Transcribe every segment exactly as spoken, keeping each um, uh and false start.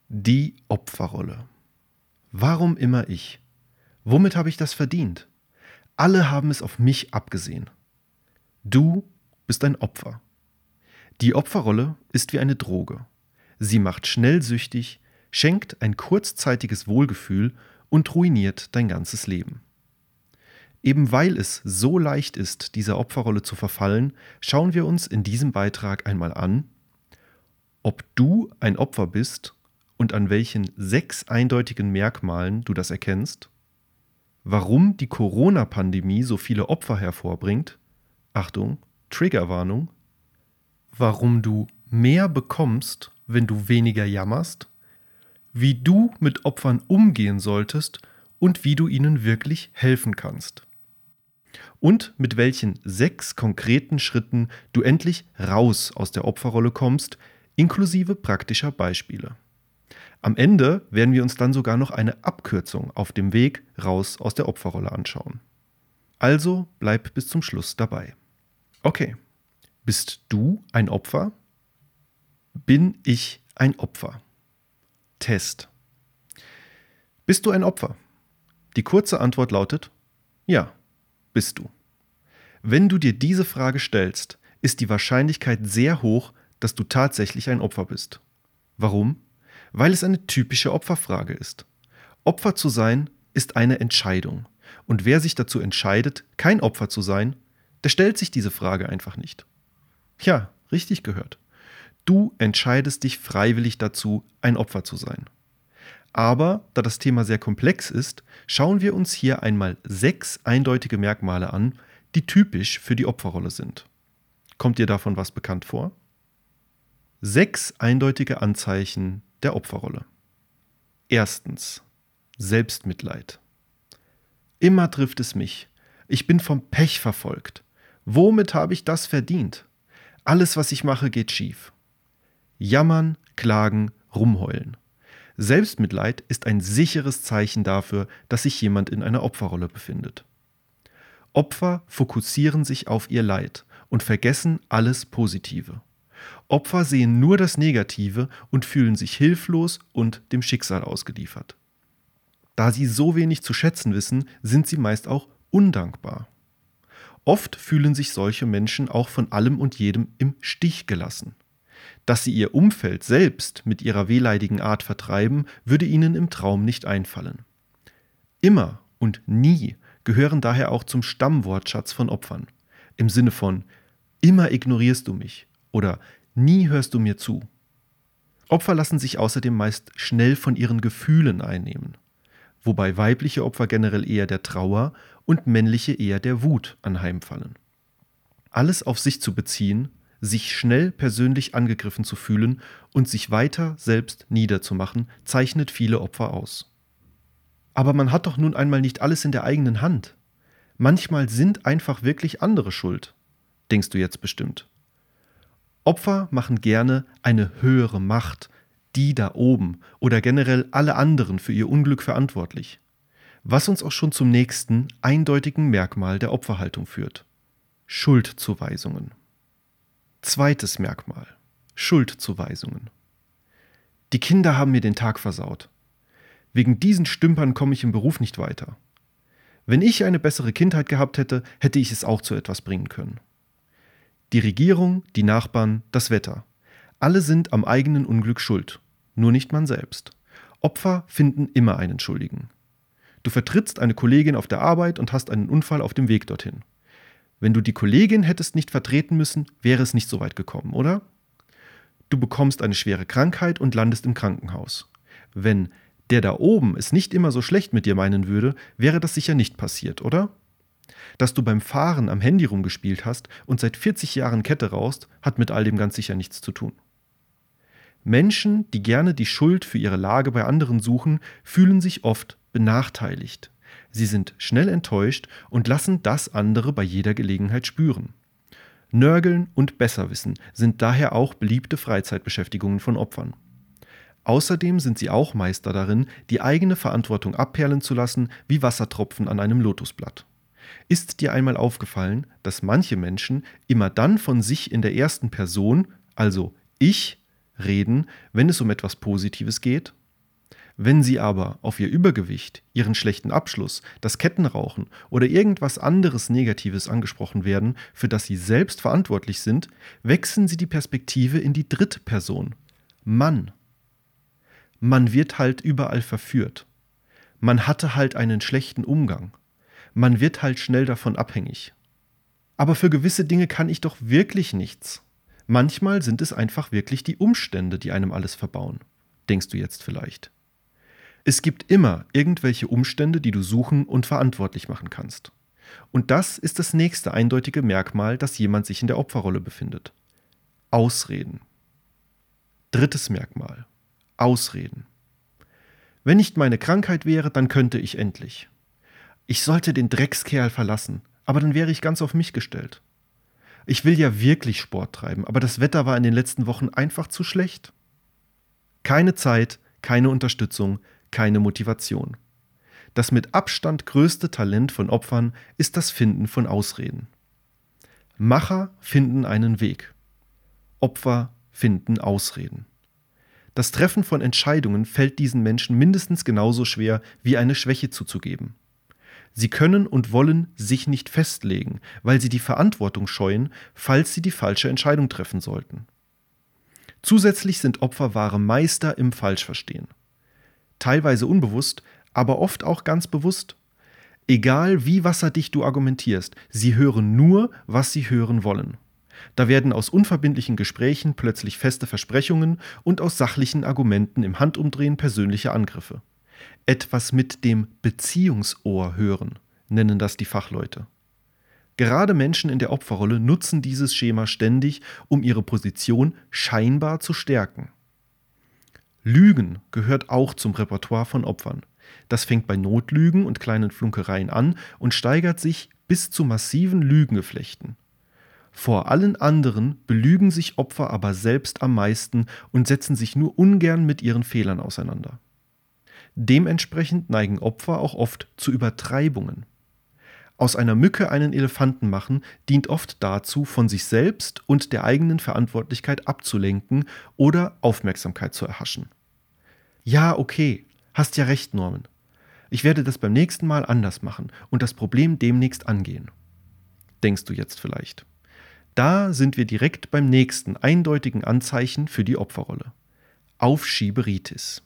Die Opferrolle. Warum immer ich? Womit habe ich das verdient? Alle haben es auf mich abgesehen. Du bist ein Opfer. Die Opferrolle ist wie eine Droge. Sie macht schnell süchtig, schenkt ein kurzzeitiges Wohlgefühl und ruiniert dein ganzes Leben. Eben weil es so leicht ist, dieser Opferrolle zu verfallen, schauen wir uns in diesem Beitrag einmal an, ob du ein Opfer bist und an welchen sechs eindeutigen Merkmalen du das erkennst, warum die Corona-Pandemie so viele Opfer hervorbringt, Achtung, Triggerwarnung, warum du mehr bekommst, wenn du weniger jammerst, wie du mit Opfern umgehen solltest und wie du ihnen wirklich helfen kannst. Und mit welchen sechs konkreten Schritten du endlich raus aus der Opferrolle kommst, inklusive praktischer Beispiele. Am Ende werden wir uns dann sogar noch eine Abkürzung auf dem Weg raus aus der Opferrolle anschauen. Also bleib bis zum Schluss dabei. Okay, bist du ein Opfer? Bin ich ein Opfer? Test. Bist du ein Opfer? Die kurze Antwort lautet: Ja, bist du. Wenn du dir diese Frage stellst, ist die Wahrscheinlichkeit sehr hoch, dass du tatsächlich ein Opfer bist. Warum? Weil es eine typische Opferfrage ist. Opfer zu sein ist eine Entscheidung. Und wer sich dazu entscheidet, kein Opfer zu sein, der stellt sich diese Frage einfach nicht. Ja, richtig gehört. Du entscheidest dich freiwillig dazu, ein Opfer zu sein. Aber da das Thema sehr komplex ist, schauen wir uns hier einmal sechs eindeutige Merkmale an, die typisch für die Opferrolle sind. Kommt dir davon was bekannt vor? Sechs eindeutige Anzeichen der Opferrolle. Erstens, Selbstmitleid. Immer trifft es mich. Ich bin vom Pech verfolgt. Womit habe ich das verdient? Alles, was ich mache, geht schief. Jammern, klagen, rumheulen. Selbstmitleid ist ein sicheres Zeichen dafür, dass sich jemand in einer Opferrolle befindet. Opfer fokussieren sich auf ihr Leid und vergessen alles Positive. Opfer sehen nur das Negative und fühlen sich hilflos und dem Schicksal ausgeliefert. Da sie so wenig zu schätzen wissen, sind sie meist auch undankbar. Oft fühlen sich solche Menschen auch von allem und jedem im Stich gelassen. Dass sie ihr Umfeld selbst mit ihrer wehleidigen Art vertreiben, würde ihnen im Traum nicht einfallen. Immer und nie gehören daher auch zum Stammwortschatz von Opfern. Im Sinne von: immer ignorierst du mich oder nie hörst du mir zu. Opfer lassen sich außerdem meist schnell von ihren Gefühlen einnehmen, wobei weibliche Opfer generell eher der Trauer und männliche eher der Wut anheimfallen. Alles auf sich zu beziehen, sich schnell persönlich angegriffen zu fühlen und sich weiter selbst niederzumachen, zeichnet viele Opfer aus. Aber man hat doch nun einmal nicht alles in der eigenen Hand. Manchmal sind einfach wirklich andere schuld, denkst du jetzt bestimmt. Opfer machen gerne eine höhere Macht, die da oben oder generell alle anderen für ihr Unglück verantwortlich. Was uns auch schon zum nächsten eindeutigen Merkmal der Opferhaltung führt: Schuldzuweisungen. Zweites Merkmal: Schuldzuweisungen. Die Kinder haben mir den Tag versaut. Wegen diesen Stümpern komme ich im Beruf nicht weiter. Wenn ich eine bessere Kindheit gehabt hätte, hätte ich es auch zu etwas bringen können. Die Regierung, die Nachbarn, das Wetter. Alle sind am eigenen Unglück schuld, nur nicht man selbst. Opfer finden immer einen Schuldigen. Du vertrittst eine Kollegin auf der Arbeit und hast einen Unfall auf dem Weg dorthin. Wenn du die Kollegin hättest nicht vertreten müssen, wäre es nicht so weit gekommen, oder? Du bekommst eine schwere Krankheit und landest im Krankenhaus. Wenn der da oben es nicht immer so schlecht mit dir meinen würde, wäre das sicher nicht passiert, oder? Dass du beim Fahren am Handy rumgespielt hast und seit vierzig Jahren Kette rauchst, hat mit all dem ganz sicher nichts zu tun. Menschen, die gerne die Schuld für ihre Lage bei anderen suchen, fühlen sich oft benachteiligt. Sie sind schnell enttäuscht und lassen das andere bei jeder Gelegenheit spüren. Nörgeln und Besserwissen sind daher auch beliebte Freizeitbeschäftigungen von Opfern. Außerdem sind sie auch Meister darin, die eigene Verantwortung abperlen zu lassen, wie Wassertropfen an einem Lotusblatt. Ist dir einmal aufgefallen, dass manche Menschen immer dann von sich in der ersten Person, also ich, reden, wenn es um etwas Positives geht. Wenn sie aber auf ihr Übergewicht, ihren schlechten Abschluss, das Kettenrauchen oder irgendwas anderes Negatives angesprochen werden, für das sie selbst verantwortlich sind, wechseln sie die Perspektive in die dritte Person. Mann. Man wird halt überall verführt. Man hatte halt einen schlechten Umgang. Man wird halt schnell davon abhängig. Aber für gewisse Dinge kann ich doch wirklich nichts. Manchmal sind es einfach wirklich die Umstände, die einem alles verbauen. Denkst du jetzt vielleicht? Es gibt immer irgendwelche Umstände, die du suchen und verantwortlich machen kannst. Und das ist das nächste eindeutige Merkmal, dass jemand sich in der Opferrolle befindet. Ausreden. Drittes Merkmal. Ausreden. Wenn nicht meine Krankheit wäre, dann könnte ich endlich. Ich sollte den Dreckskerl verlassen, aber dann wäre ich ganz auf mich gestellt. Ich will ja wirklich Sport treiben, aber das Wetter war in den letzten Wochen einfach zu schlecht. Keine Zeit, keine Unterstützung, keine Motivation. Das mit Abstand größte Talent von Opfern ist das Finden von Ausreden. Macher finden einen Weg. Opfer finden Ausreden. Das Treffen von Entscheidungen fällt diesen Menschen mindestens genauso schwer, wie eine Schwäche zuzugeben. Sie können und wollen sich nicht festlegen, weil sie die Verantwortung scheuen, falls sie die falsche Entscheidung treffen sollten. Zusätzlich sind Opfer wahre Meister im Falschverstehen. Teilweise unbewusst, aber oft auch ganz bewusst. Egal wie wasserdicht du argumentierst, sie hören nur, was sie hören wollen. Da werden aus unverbindlichen Gesprächen plötzlich feste Versprechungen und aus sachlichen Argumenten im Handumdrehen persönliche Angriffe. Etwas mit dem Beziehungsohr hören, nennen das die Fachleute. Gerade Menschen in der Opferrolle nutzen dieses Schema ständig, um ihre Position scheinbar zu stärken. Lügen gehört auch zum Repertoire von Opfern. Das fängt bei Notlügen und kleinen Flunkereien an und steigert sich bis zu massiven Lügengeflechten. Vor allen anderen belügen sich Opfer aber selbst am meisten und setzen sich nur ungern mit ihren Fehlern auseinander. Dementsprechend neigen Opfer auch oft zu Übertreibungen. Aus einer Mücke einen Elefanten machen dient oft dazu, von sich selbst und der eigenen Verantwortlichkeit abzulenken oder Aufmerksamkeit zu erhaschen. Ja, okay, hast ja recht, Norman. Ich werde das beim nächsten Mal anders machen und das Problem demnächst angehen. Denkst du jetzt vielleicht. Da sind wir direkt beim nächsten eindeutigen Anzeichen für die Opferrolle. Aufschieberitis.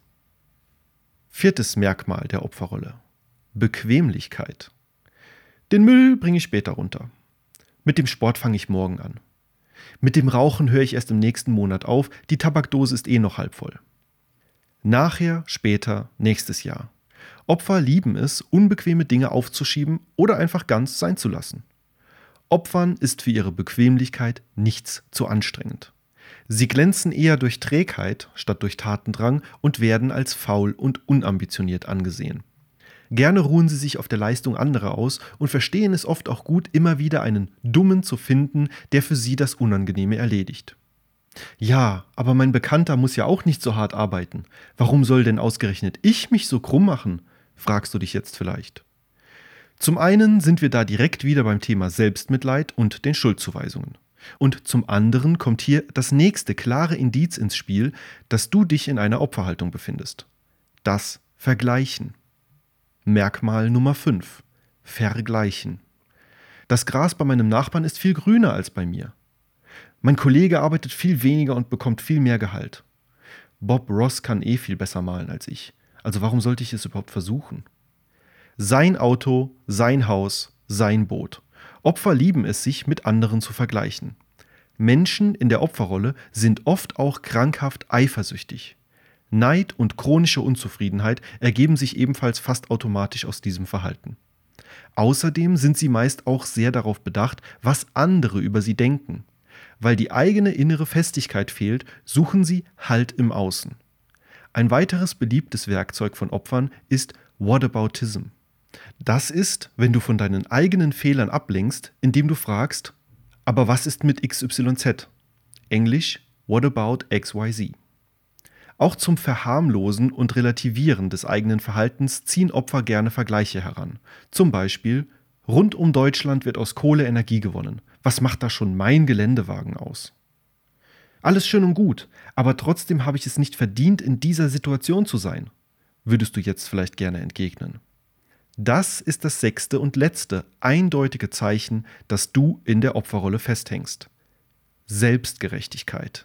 Viertes Merkmal der Opferrolle. Bequemlichkeit. Den Müll bringe ich später runter. Mit dem Sport fange ich morgen an. Mit dem Rauchen höre ich erst im nächsten Monat auf, die Tabakdose ist eh noch halb voll. Nachher, später, nächstes Jahr. Opfer lieben es, unbequeme Dinge aufzuschieben oder einfach ganz sein zu lassen. Opfern ist für ihre Bequemlichkeit nichts zu anstrengend. Sie glänzen eher durch Trägheit statt durch Tatendrang und werden als faul und unambitioniert angesehen. Gerne ruhen sie sich auf der Leistung anderer aus und verstehen es oft auch gut, immer wieder einen Dummen zu finden, der für sie das Unangenehme erledigt. Ja, aber mein Bekannter muss ja auch nicht so hart arbeiten. Warum soll denn ausgerechnet ich mich so krumm machen? Fragst du dich jetzt vielleicht. Zum einen sind wir da direkt wieder beim Thema Selbstmitleid und den Schuldzuweisungen. Und zum anderen kommt hier das nächste klare Indiz ins Spiel, dass du dich in einer Opferhaltung befindest. Das Vergleichen. Merkmal Nummer fünf. Vergleichen. Das Gras bei meinem Nachbarn ist viel grüner als bei mir. Mein Kollege arbeitet viel weniger und bekommt viel mehr Gehalt. Bob Ross kann eh viel besser malen als ich. Also warum sollte ich es überhaupt versuchen? Sein Auto, sein Haus, sein Boot. Opfer lieben es, sich mit anderen zu vergleichen. Menschen in der Opferrolle sind oft auch krankhaft eifersüchtig. Neid und chronische Unzufriedenheit ergeben sich ebenfalls fast automatisch aus diesem Verhalten. Außerdem sind sie meist auch sehr darauf bedacht, was andere über sie denken. Weil die eigene innere Festigkeit fehlt, suchen sie Halt im Außen. Ein weiteres beliebtes Werkzeug von Opfern ist Whataboutism. Das ist, wenn du von deinen eigenen Fehlern ablenkst, indem du fragst, aber was ist mit X Y Z? Englisch, what about X Y Z? Auch zum Verharmlosen und Relativieren des eigenen Verhaltens ziehen Opfer gerne Vergleiche heran. Zum Beispiel, rund um Deutschland wird aus Kohle Energie gewonnen. Was macht da schon mein Geländewagen aus? Alles schön und gut, aber trotzdem habe ich es nicht verdient, in dieser Situation zu sein, würdest du jetzt vielleicht gerne entgegnen. Das ist das sechste und letzte eindeutige Zeichen, dass du in der Opferrolle festhängst. Selbstgerechtigkeit.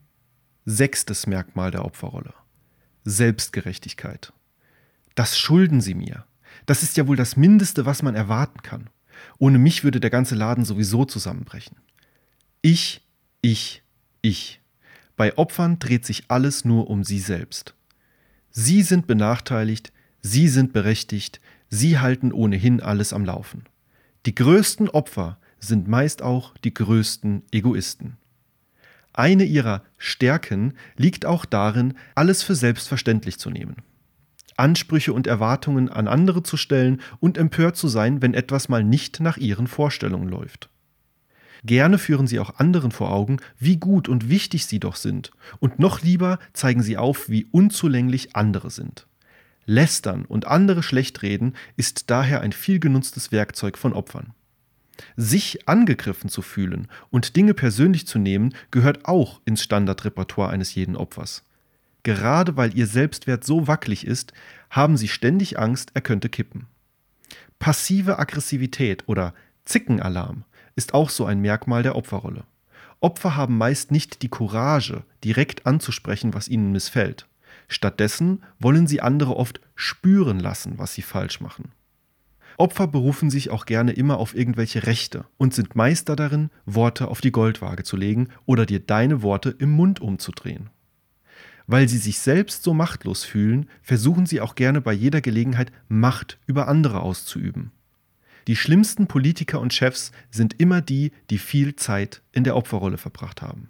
Sechstes Merkmal der Opferrolle. Selbstgerechtigkeit. Das schulden sie mir. Das ist ja wohl das Mindeste, was man erwarten kann. Ohne mich würde der ganze Laden sowieso zusammenbrechen. Ich, ich, ich. Bei Opfern dreht sich alles nur um sie selbst. Sie sind benachteiligt, sie sind berechtigt, sie halten ohnehin alles am Laufen. Die größten Opfer sind meist auch die größten Egoisten. Eine ihrer Stärken liegt auch darin, alles für selbstverständlich zu nehmen. Ansprüche und Erwartungen an andere zu stellen und empört zu sein, wenn etwas mal nicht nach ihren Vorstellungen läuft. Gerne führen sie auch anderen vor Augen, wie gut und wichtig sie doch sind, und noch lieber zeigen sie auf, wie unzulänglich andere sind. Lästern und andere schlechtreden ist daher ein viel genutztes Werkzeug von Opfern. Sich angegriffen zu fühlen und Dinge persönlich zu nehmen, gehört auch ins Standardrepertoire eines jeden Opfers. Gerade weil ihr Selbstwert so wackelig ist, haben sie ständig Angst, er könnte kippen. Passive Aggressivität oder Zickenalarm ist auch so ein Merkmal der Opferrolle. Opfer haben meist nicht die Courage, direkt anzusprechen, was ihnen missfällt. Stattdessen wollen sie andere oft spüren lassen, was sie falsch machen. Opfer berufen sich auch gerne immer auf irgendwelche Rechte und sind Meister darin, Worte auf die Goldwaage zu legen oder dir deine Worte im Mund umzudrehen. Weil sie sich selbst so machtlos fühlen, versuchen sie auch gerne bei jeder Gelegenheit Macht über andere auszuüben. Die schlimmsten Politiker und Chefs sind immer die, die viel Zeit in der Opferrolle verbracht haben.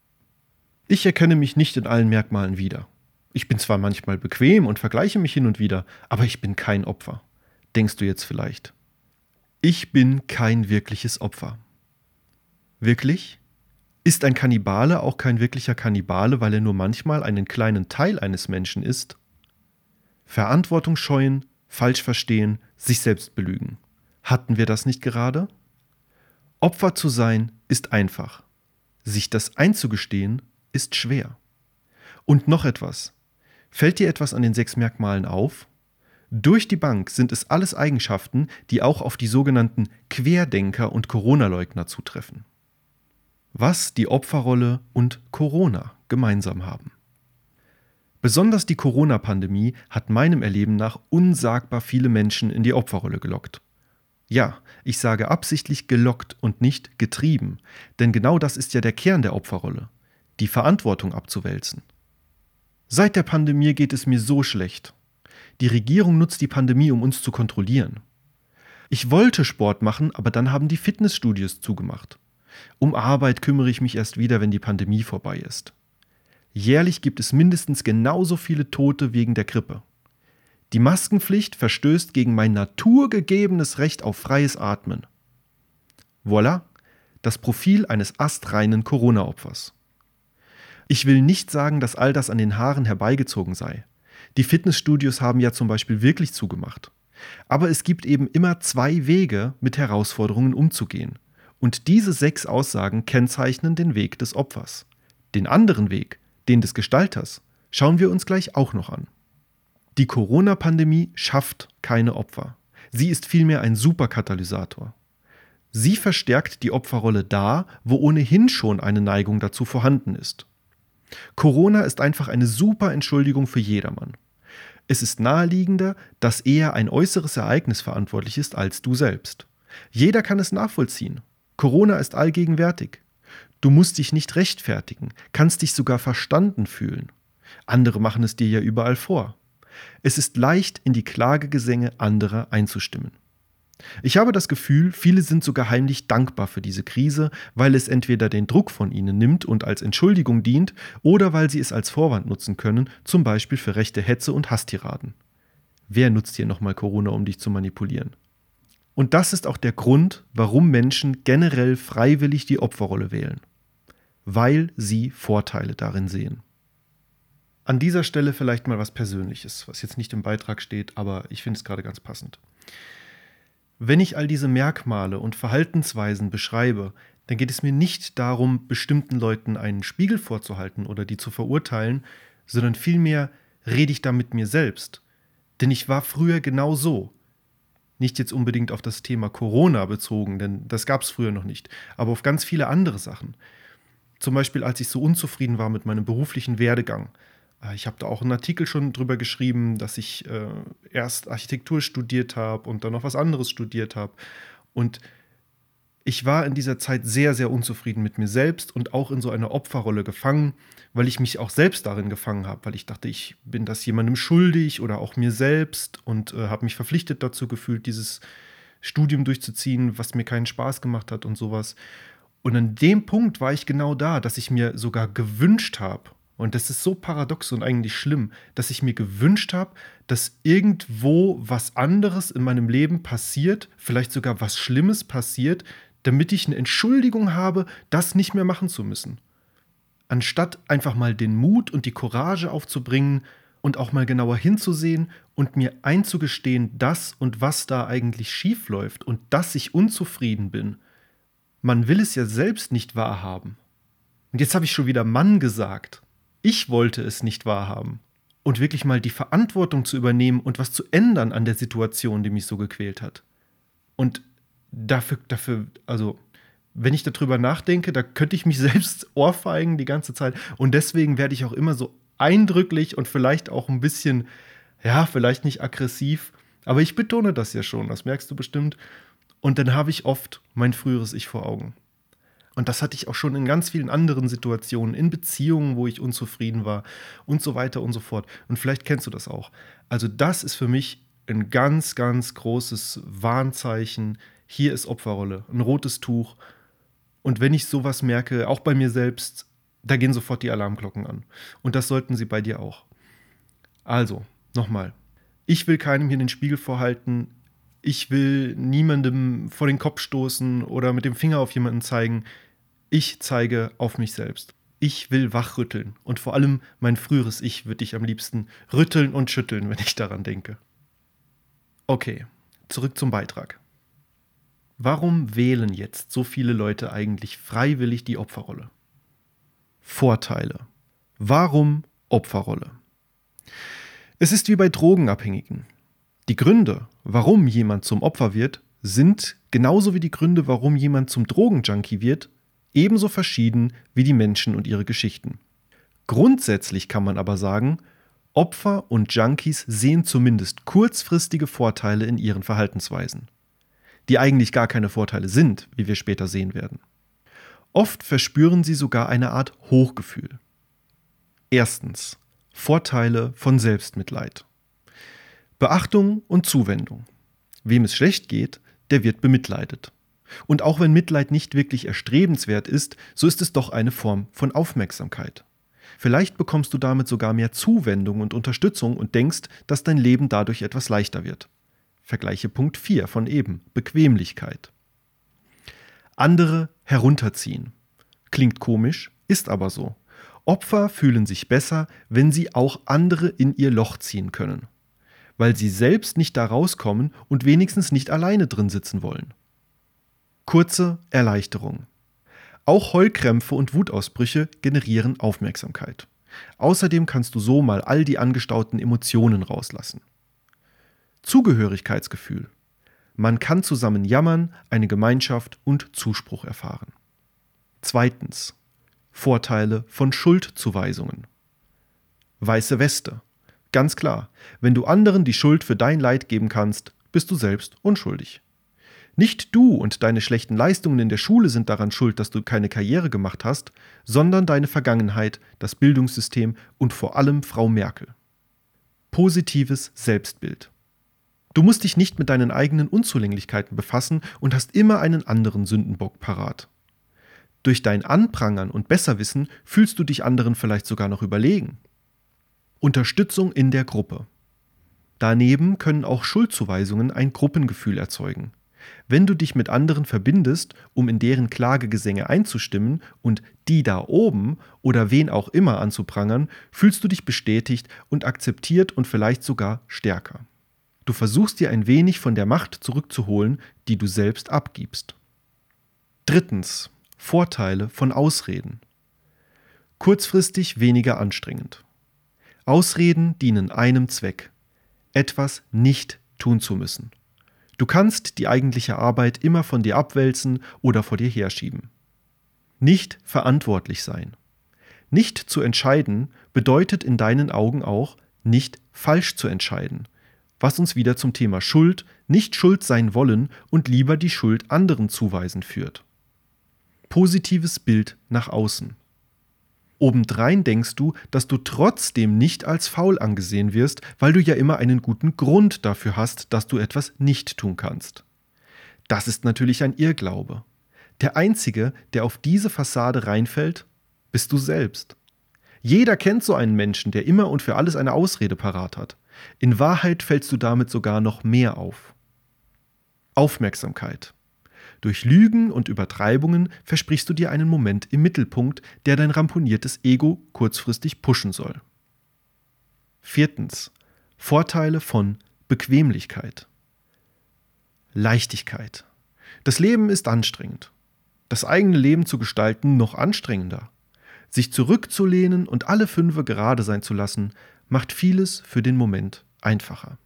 Ich erkenne mich nicht in allen Merkmalen wieder. Ich bin zwar manchmal bequem und vergleiche mich hin und wieder, aber ich bin kein Opfer. Denkst du jetzt vielleicht? Ich bin kein wirkliches Opfer. Wirklich? Ist ein Kannibale auch kein wirklicher Kannibale, weil er nur manchmal einen kleinen Teil eines Menschen isst? Verantwortung scheuen, falsch verstehen, sich selbst belügen. Hatten wir das nicht gerade? Opfer zu sein ist einfach. Sich das einzugestehen ist schwer. Und noch etwas. Fällt dir etwas an den sechs Merkmalen auf? Durch die Bank sind es alles Eigenschaften, die auch auf die sogenannten Querdenker und Corona-Leugner zutreffen. Was die Opferrolle und Corona gemeinsam haben. Besonders die Corona-Pandemie hat meinem Erleben nach unsagbar viele Menschen in die Opferrolle gelockt. Ja, ich sage absichtlich gelockt und nicht getrieben, denn genau das ist ja der Kern der Opferrolle, die Verantwortung abzuwälzen. Seit der Pandemie geht es mir so schlecht. Die Regierung nutzt die Pandemie, um uns zu kontrollieren. Ich wollte Sport machen, aber dann haben die Fitnessstudios zugemacht. Um Arbeit kümmere ich mich erst wieder, wenn die Pandemie vorbei ist. Jährlich gibt es mindestens genauso viele Tote wegen der Grippe. Die Maskenpflicht verstößt gegen mein naturgegebenes Recht auf freies Atmen. Voilà, das Profil eines astreinen Corona-Opfers. Ich will nicht sagen, dass all das an den Haaren herbeigezogen sei. Die Fitnessstudios haben ja zum Beispiel wirklich zugemacht. Aber es gibt eben immer zwei Wege, mit Herausforderungen umzugehen. Und diese sechs Aussagen kennzeichnen den Weg des Opfers. Den anderen Weg, den des Gestalters, schauen wir uns gleich auch noch an. Die Corona-Pandemie schafft keine Opfer. Sie ist vielmehr ein Superkatalysator. Sie verstärkt die Opferrolle da, wo ohnehin schon eine Neigung dazu vorhanden ist. Corona ist einfach eine super Entschuldigung für jedermann. Es ist naheliegender, dass eher ein äußeres Ereignis verantwortlich ist als du selbst. Jeder kann es nachvollziehen. Corona ist allgegenwärtig. Du musst dich nicht rechtfertigen, kannst dich sogar verstanden fühlen. Andere machen es dir ja überall vor. Es ist leicht, in die Klagegesänge anderer einzustimmen. Ich habe das Gefühl, viele sind sogar heimlich dankbar für diese Krise, weil es entweder den Druck von ihnen nimmt und als Entschuldigung dient, oder weil sie es als Vorwand nutzen können, zum Beispiel für rechte Hetze und Hasstiraden. Wer nutzt hier nochmal Corona, um dich zu manipulieren? Und das ist auch der Grund, warum Menschen generell freiwillig die Opferrolle wählen. Weil sie Vorteile darin sehen. An dieser Stelle vielleicht mal was Persönliches, was jetzt nicht im Beitrag steht, aber ich finde es gerade ganz passend. Wenn ich all diese Merkmale und Verhaltensweisen beschreibe, dann geht es mir nicht darum, bestimmten Leuten einen Spiegel vorzuhalten oder die zu verurteilen, sondern vielmehr rede ich da mit mir selbst. Denn ich war früher genau so. Nicht jetzt unbedingt auf das Thema Corona bezogen, denn das gab es früher noch nicht, aber auf ganz viele andere Sachen. Zum Beispiel, als ich so unzufrieden war mit meinem beruflichen Werdegang. Ich habe da auch einen Artikel schon drüber geschrieben, dass ich äh, erst Architektur studiert habe und dann noch was anderes studiert habe. Und ich war in dieser Zeit sehr, sehr unzufrieden mit mir selbst und auch in so einer Opferrolle gefangen, weil ich mich auch selbst darin gefangen habe, weil ich dachte, ich bin das jemandem schuldig oder auch mir selbst und äh, habe mich verpflichtet dazu gefühlt, dieses Studium durchzuziehen, was mir keinen Spaß gemacht hat und sowas. Und an dem Punkt war ich genau da, dass ich mir sogar gewünscht habe, und das ist so paradox und eigentlich schlimm, dass ich mir gewünscht habe, dass irgendwo was anderes in meinem Leben passiert, vielleicht sogar was Schlimmes passiert, damit ich eine Entschuldigung habe, das nicht mehr machen zu müssen. Anstatt einfach mal den Mut und die Courage aufzubringen und auch mal genauer hinzusehen und mir einzugestehen, dass und was da eigentlich schief läuft und dass ich unzufrieden bin. Man will es ja selbst nicht wahrhaben. Und jetzt habe ich schon wieder Mann gesagt. Ich wollte es nicht wahrhaben. Und wirklich mal die Verantwortung zu übernehmen und was zu ändern an der Situation, die mich so gequält hat. Und dafür, dafür, also, wenn ich darüber nachdenke, da könnte ich mich selbst ohrfeigen die ganze Zeit. Und deswegen werde ich auch immer so eindrücklich und vielleicht auch ein bisschen, ja, vielleicht nicht aggressiv, aber ich betone das ja schon, das merkst du bestimmt. Und dann habe ich oft mein früheres Ich vor Augen. Und das hatte ich auch schon in ganz vielen anderen Situationen, in Beziehungen, wo ich unzufrieden war und so weiter und so fort. Und vielleicht kennst du das auch. Also das ist für mich ein ganz, ganz großes Warnzeichen. Hier ist Opferrolle, ein rotes Tuch. Und wenn ich sowas merke, auch bei mir selbst, da gehen sofort die Alarmglocken an. Und das sollten sie bei dir auch. Also, nochmal. Ich will keinem hier den Spiegel vorhalten. Ich will niemandem vor den Kopf stoßen oder mit dem Finger auf jemanden zeigen. Ich zeige auf mich selbst. Ich will wachrütteln. Und vor allem mein früheres Ich würde ich am liebsten rütteln und schütteln, wenn ich daran denke. Okay, zurück zum Beitrag. Warum wählen jetzt so viele Leute eigentlich freiwillig die Opferrolle? Vorteile. Warum Opferrolle? Es ist wie bei Drogenabhängigen. Die Gründe, warum jemand zum Opfer wird, sind genauso wie die Gründe, warum jemand zum Drogenjunkie wird, ebenso verschieden wie die Menschen und ihre Geschichten. Grundsätzlich kann man aber sagen, Opfer und Junkies sehen zumindest kurzfristige Vorteile in ihren Verhaltensweisen, die eigentlich gar keine Vorteile sind, wie wir später sehen werden. Oft verspüren sie sogar eine Art Hochgefühl. Erstens, Vorteile von Selbstmitleid. Beachtung und Zuwendung. Wem es schlecht geht, der wird bemitleidet. Und auch wenn Mitleid nicht wirklich erstrebenswert ist, so ist es doch eine Form von Aufmerksamkeit. Vielleicht bekommst du damit sogar mehr Zuwendung und Unterstützung und denkst, dass dein Leben dadurch etwas leichter wird. Vergleiche Punkt vier von eben, Bequemlichkeit. Andere herunterziehen. Klingt komisch, ist aber so. Opfer fühlen sich besser, wenn sie auch andere in ihr Loch ziehen können, weil sie selbst nicht da rauskommen und wenigstens nicht alleine drin sitzen wollen. Kurze Erleichterung. Auch Heulkrämpfe und Wutausbrüche generieren Aufmerksamkeit. Außerdem kannst du so mal all die angestauten Emotionen rauslassen. Zugehörigkeitsgefühl. Man kann zusammen jammern, eine Gemeinschaft und Zuspruch erfahren. Zweitens. Vorteile von Schuldzuweisungen. Weiße Weste. Ganz klar, wenn du anderen die Schuld für dein Leid geben kannst, bist du selbst unschuldig. Nicht du und deine schlechten Leistungen in der Schule sind daran schuld, dass du keine Karriere gemacht hast, sondern deine Vergangenheit, das Bildungssystem und vor allem Frau Merkel. Positives Selbstbild. Du musst dich nicht mit deinen eigenen Unzulänglichkeiten befassen und hast immer einen anderen Sündenbock parat. Durch dein Anprangern und Besserwissen fühlst du dich anderen vielleicht sogar noch überlegen. Unterstützung in der Gruppe. Daneben können auch Schuldzuweisungen ein Gruppengefühl erzeugen. Wenn du dich mit anderen verbindest, um in deren Klagegesänge einzustimmen und die da oben oder wen auch immer anzuprangern, fühlst du dich bestätigt und akzeptiert und vielleicht sogar stärker. Du versuchst dir ein wenig von der Macht zurückzuholen, die du selbst abgibst. Drittens. Vorteile von Ausreden. Kurzfristig weniger anstrengend. Ausreden dienen einem Zweck: etwas nicht tun zu müssen. Du kannst die eigentliche Arbeit immer von dir abwälzen oder vor dir herschieben. Nicht verantwortlich sein. Nicht zu entscheiden bedeutet in deinen Augen auch, nicht falsch zu entscheiden, was uns wieder zum Thema Schuld, nicht schuld sein wollen und lieber die Schuld anderen zuweisen führt. Positives Bild nach außen. Obendrein denkst du, dass du trotzdem nicht als faul angesehen wirst, weil du ja immer einen guten Grund dafür hast, dass du etwas nicht tun kannst. Das ist natürlich ein Irrglaube. Der Einzige, der auf diese Fassade reinfällt, bist du selbst. Jeder kennt so einen Menschen, der immer und für alles eine Ausrede parat hat. In Wahrheit fällst du damit sogar noch mehr auf. Aufmerksamkeit. Durch Lügen und Übertreibungen versprichst du dir einen Moment im Mittelpunkt, der dein ramponiertes Ego kurzfristig pushen soll. Viertens. Vorteile von Bequemlichkeit. Leichtigkeit. Das Leben ist anstrengend. Das eigene Leben zu gestalten noch anstrengender. Sich zurückzulehnen und alle Fünfe gerade sein zu lassen, macht vieles für den Moment einfacher.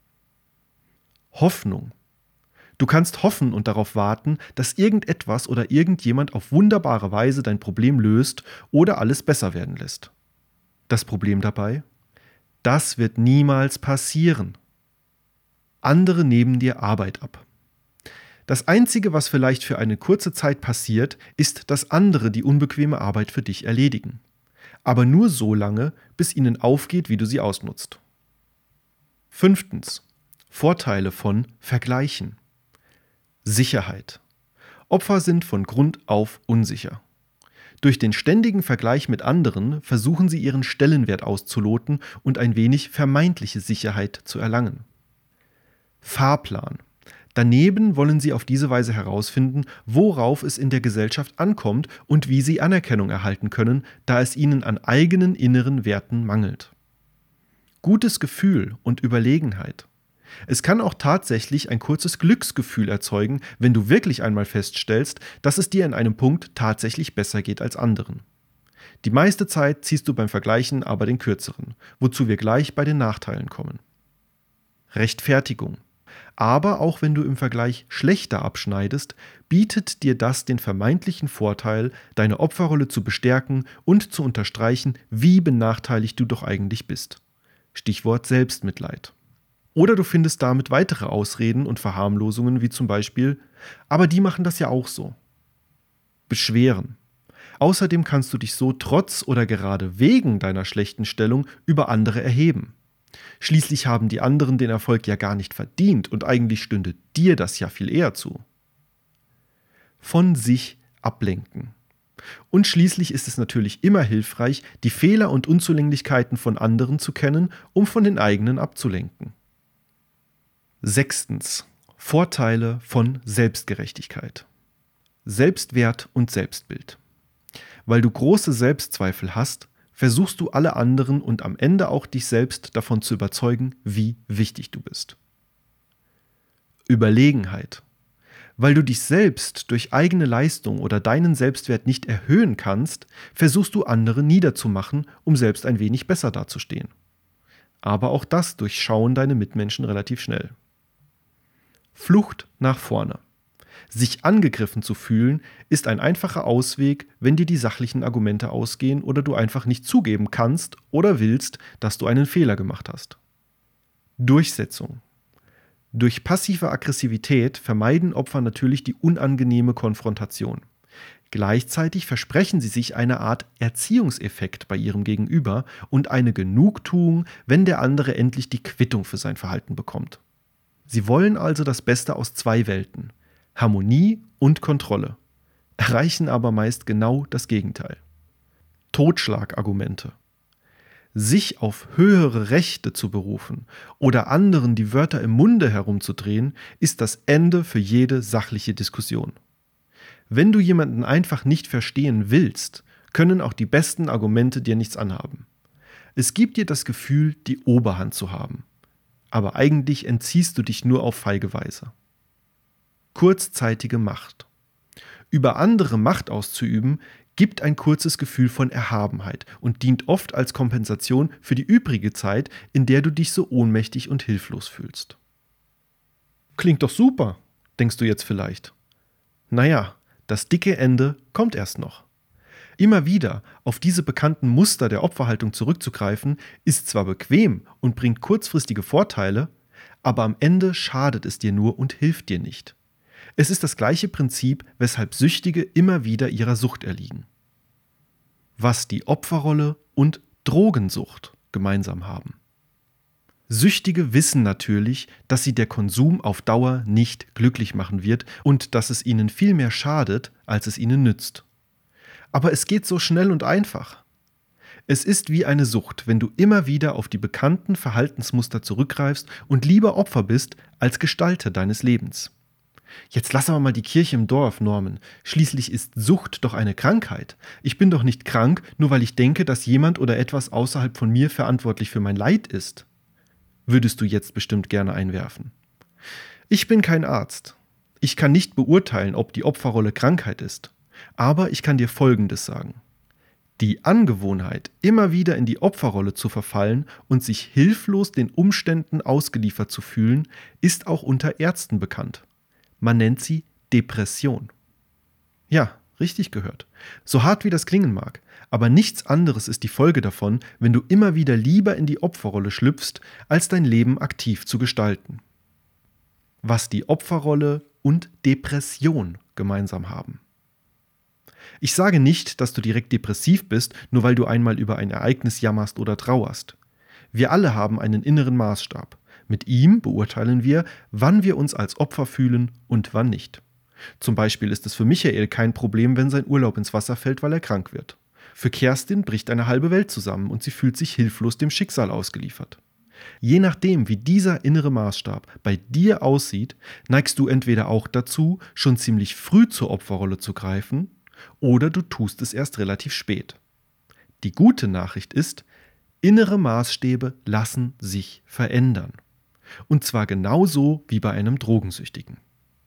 Hoffnung. Du kannst hoffen und darauf warten, dass irgendetwas oder irgendjemand auf wunderbare Weise dein Problem löst oder alles besser werden lässt. Das Problem dabei? Das wird niemals passieren. Andere nehmen dir Arbeit ab. Das Einzige, was vielleicht für eine kurze Zeit passiert, ist, dass andere die unbequeme Arbeit für dich erledigen. Aber nur so lange, bis ihnen aufgeht, wie du sie ausnutzt. Fünftens. Vorteile von Vergleichen. Sicherheit. Opfer sind von Grund auf unsicher. Durch den ständigen Vergleich mit anderen versuchen sie ihren Stellenwert auszuloten und ein wenig vermeintliche Sicherheit zu erlangen. Fahrplan. Daneben wollen sie auf diese Weise herausfinden, worauf es in der Gesellschaft ankommt und wie sie Anerkennung erhalten können, da es ihnen an eigenen inneren Werten mangelt. Gutes Gefühl und Überlegenheit. Es kann auch tatsächlich ein kurzes Glücksgefühl erzeugen, wenn du wirklich einmal feststellst, dass es dir in einem Punkt tatsächlich besser geht als anderen. Die meiste Zeit ziehst du beim Vergleichen aber den kürzeren, wozu wir gleich bei den Nachteilen kommen. Rechtfertigung. Aber auch wenn du im Vergleich schlechter abschneidest, bietet dir das den vermeintlichen Vorteil, deine Opferrolle zu bestärken und zu unterstreichen, wie benachteiligt du doch eigentlich bist. Stichwort Selbstmitleid. Oder du findest damit weitere Ausreden und Verharmlosungen, wie zum Beispiel: aber die machen das ja auch so. Beschweren. Außerdem kannst du dich so trotz oder gerade wegen deiner schlechten Stellung über andere erheben. Schließlich haben die anderen den Erfolg ja gar nicht verdient und eigentlich stünde dir das ja viel eher zu. Von sich ablenken. Und schließlich ist es natürlich immer hilfreich, die Fehler und Unzulänglichkeiten von anderen zu kennen, um von den eigenen abzulenken. Sechstens. Vorteile von Selbstgerechtigkeit. Selbstwert und Selbstbild. Weil du große Selbstzweifel hast, versuchst du alle anderen und am Ende auch dich selbst davon zu überzeugen, wie wichtig du bist. Überlegenheit. Weil du dich selbst durch eigene Leistung oder deinen Selbstwert nicht erhöhen kannst, versuchst du andere niederzumachen, um selbst ein wenig besser dazustehen. Aber auch das durchschauen deine Mitmenschen relativ schnell. Flucht nach vorne. Sich angegriffen zu fühlen, ist ein einfacher Ausweg, wenn dir die sachlichen Argumente ausgehen oder du einfach nicht zugeben kannst oder willst, dass du einen Fehler gemacht hast. Durchsetzung. Durch passive Aggressivität vermeiden Opfer natürlich die unangenehme Konfrontation. Gleichzeitig versprechen sie sich eine Art Erziehungseffekt bei ihrem Gegenüber und eine Genugtuung, wenn der andere endlich die Quittung für sein Verhalten bekommt. Sie wollen also das Beste aus zwei Welten: Harmonie und Kontrolle, erreichen aber meist genau das Gegenteil. Totschlagargumente. Sich auf höhere Rechte zu berufen oder anderen die Wörter im Munde herumzudrehen, ist das Ende für jede sachliche Diskussion. Wenn du jemanden einfach nicht verstehen willst, können auch die besten Argumente dir nichts anhaben. Es gibt dir das Gefühl, die Oberhand zu haben. Aber eigentlich entziehst du dich nur auf feige Weise. Kurzzeitige Macht. Über andere Macht auszuüben, gibt ein kurzes Gefühl von Erhabenheit und dient oft als Kompensation für die übrige Zeit, in der du dich so ohnmächtig und hilflos fühlst. Klingt doch super, denkst du jetzt vielleicht. Naja, das dicke Ende kommt erst noch. Immer wieder auf diese bekannten Muster der Opferhaltung zurückzugreifen, ist zwar bequem und bringt kurzfristige Vorteile, aber am Ende schadet es dir nur und hilft dir nicht. Es ist das gleiche Prinzip, weshalb Süchtige immer wieder ihrer Sucht erliegen. Was die Opferrolle und Drogensucht gemeinsam haben. Süchtige wissen natürlich, dass sie der Konsum auf Dauer nicht glücklich machen wird und dass es ihnen viel mehr schadet, als es ihnen nützt. Aber es geht so schnell und einfach. Es ist wie eine Sucht, wenn du immer wieder auf die bekannten Verhaltensmuster zurückgreifst und lieber Opfer bist als Gestalter deines Lebens. Jetzt lass aber mal die Kirche im Dorf, Norman. Schließlich ist Sucht doch eine Krankheit. Ich bin doch nicht krank, nur weil ich denke, dass jemand oder etwas außerhalb von mir verantwortlich für mein Leid ist. Würdest du jetzt bestimmt gerne einwerfen. Ich bin kein Arzt. Ich kann nicht beurteilen, ob die Opferrolle Krankheit ist. Aber ich kann dir Folgendes sagen. Die Angewohnheit, immer wieder in die Opferrolle zu verfallen und sich hilflos den Umständen ausgeliefert zu fühlen, ist auch unter Ärzten bekannt. Man nennt sie Depression. Ja, richtig gehört. So hart wie das klingen mag, aber nichts anderes ist die Folge davon, wenn du immer wieder lieber in die Opferrolle schlüpfst, als dein Leben aktiv zu gestalten. Was die Opferrolle und Depression gemeinsam haben. Ich sage nicht, dass du direkt depressiv bist, nur weil du einmal über ein Ereignis jammerst oder trauerst. Wir alle haben einen inneren Maßstab. Mit ihm beurteilen wir, wann wir uns als Opfer fühlen und wann nicht. Zum Beispiel ist es für Michael kein Problem, wenn sein Urlaub ins Wasser fällt, weil er krank wird. Für Kerstin bricht eine halbe Welt zusammen und sie fühlt sich hilflos dem Schicksal ausgeliefert. Je nachdem, wie dieser innere Maßstab bei dir aussieht, neigst du entweder auch dazu, schon ziemlich früh zur Opferrolle zu greifen, oder du tust es erst relativ spät. Die gute Nachricht ist, innere Maßstäbe lassen sich verändern. Und zwar genauso wie bei einem Drogensüchtigen.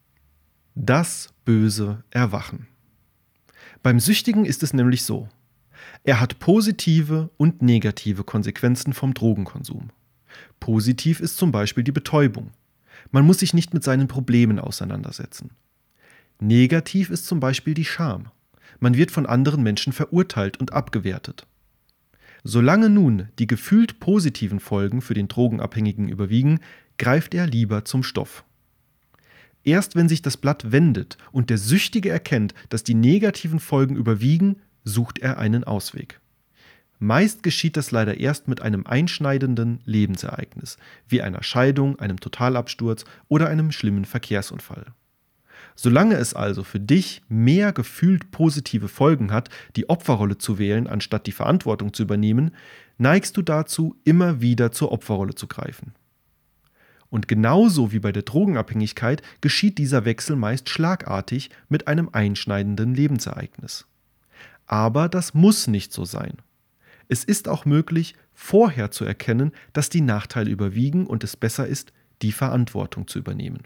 Das böse Erwachen. Beim Süchtigen ist es nämlich so. Er hat positive und negative Konsequenzen vom Drogenkonsum. Positiv ist zum Beispiel die Betäubung. Man muss sich nicht mit seinen Problemen auseinandersetzen. Negativ ist zum Beispiel die Scham. Man wird von anderen Menschen verurteilt und abgewertet. Solange nun die gefühlt positiven Folgen für den Drogenabhängigen überwiegen, greift er lieber zum Stoff. Erst wenn sich das Blatt wendet und der Süchtige erkennt, dass die negativen Folgen überwiegen, sucht er einen Ausweg. Meist geschieht das leider erst mit einem einschneidenden Lebensereignis, wie einer Scheidung, einem Totalabsturz oder einem schlimmen Verkehrsunfall. Solange es also für dich mehr gefühlt positive Folgen hat, die Opferrolle zu wählen, anstatt die Verantwortung zu übernehmen, neigst du dazu, immer wieder zur Opferrolle zu greifen. Und genauso wie bei der Drogenabhängigkeit geschieht dieser Wechsel meist schlagartig mit einem einschneidenden Lebensereignis. Aber das muss nicht so sein. Es ist auch möglich, vorher zu erkennen, dass die Nachteile überwiegen und es besser ist, die Verantwortung zu übernehmen.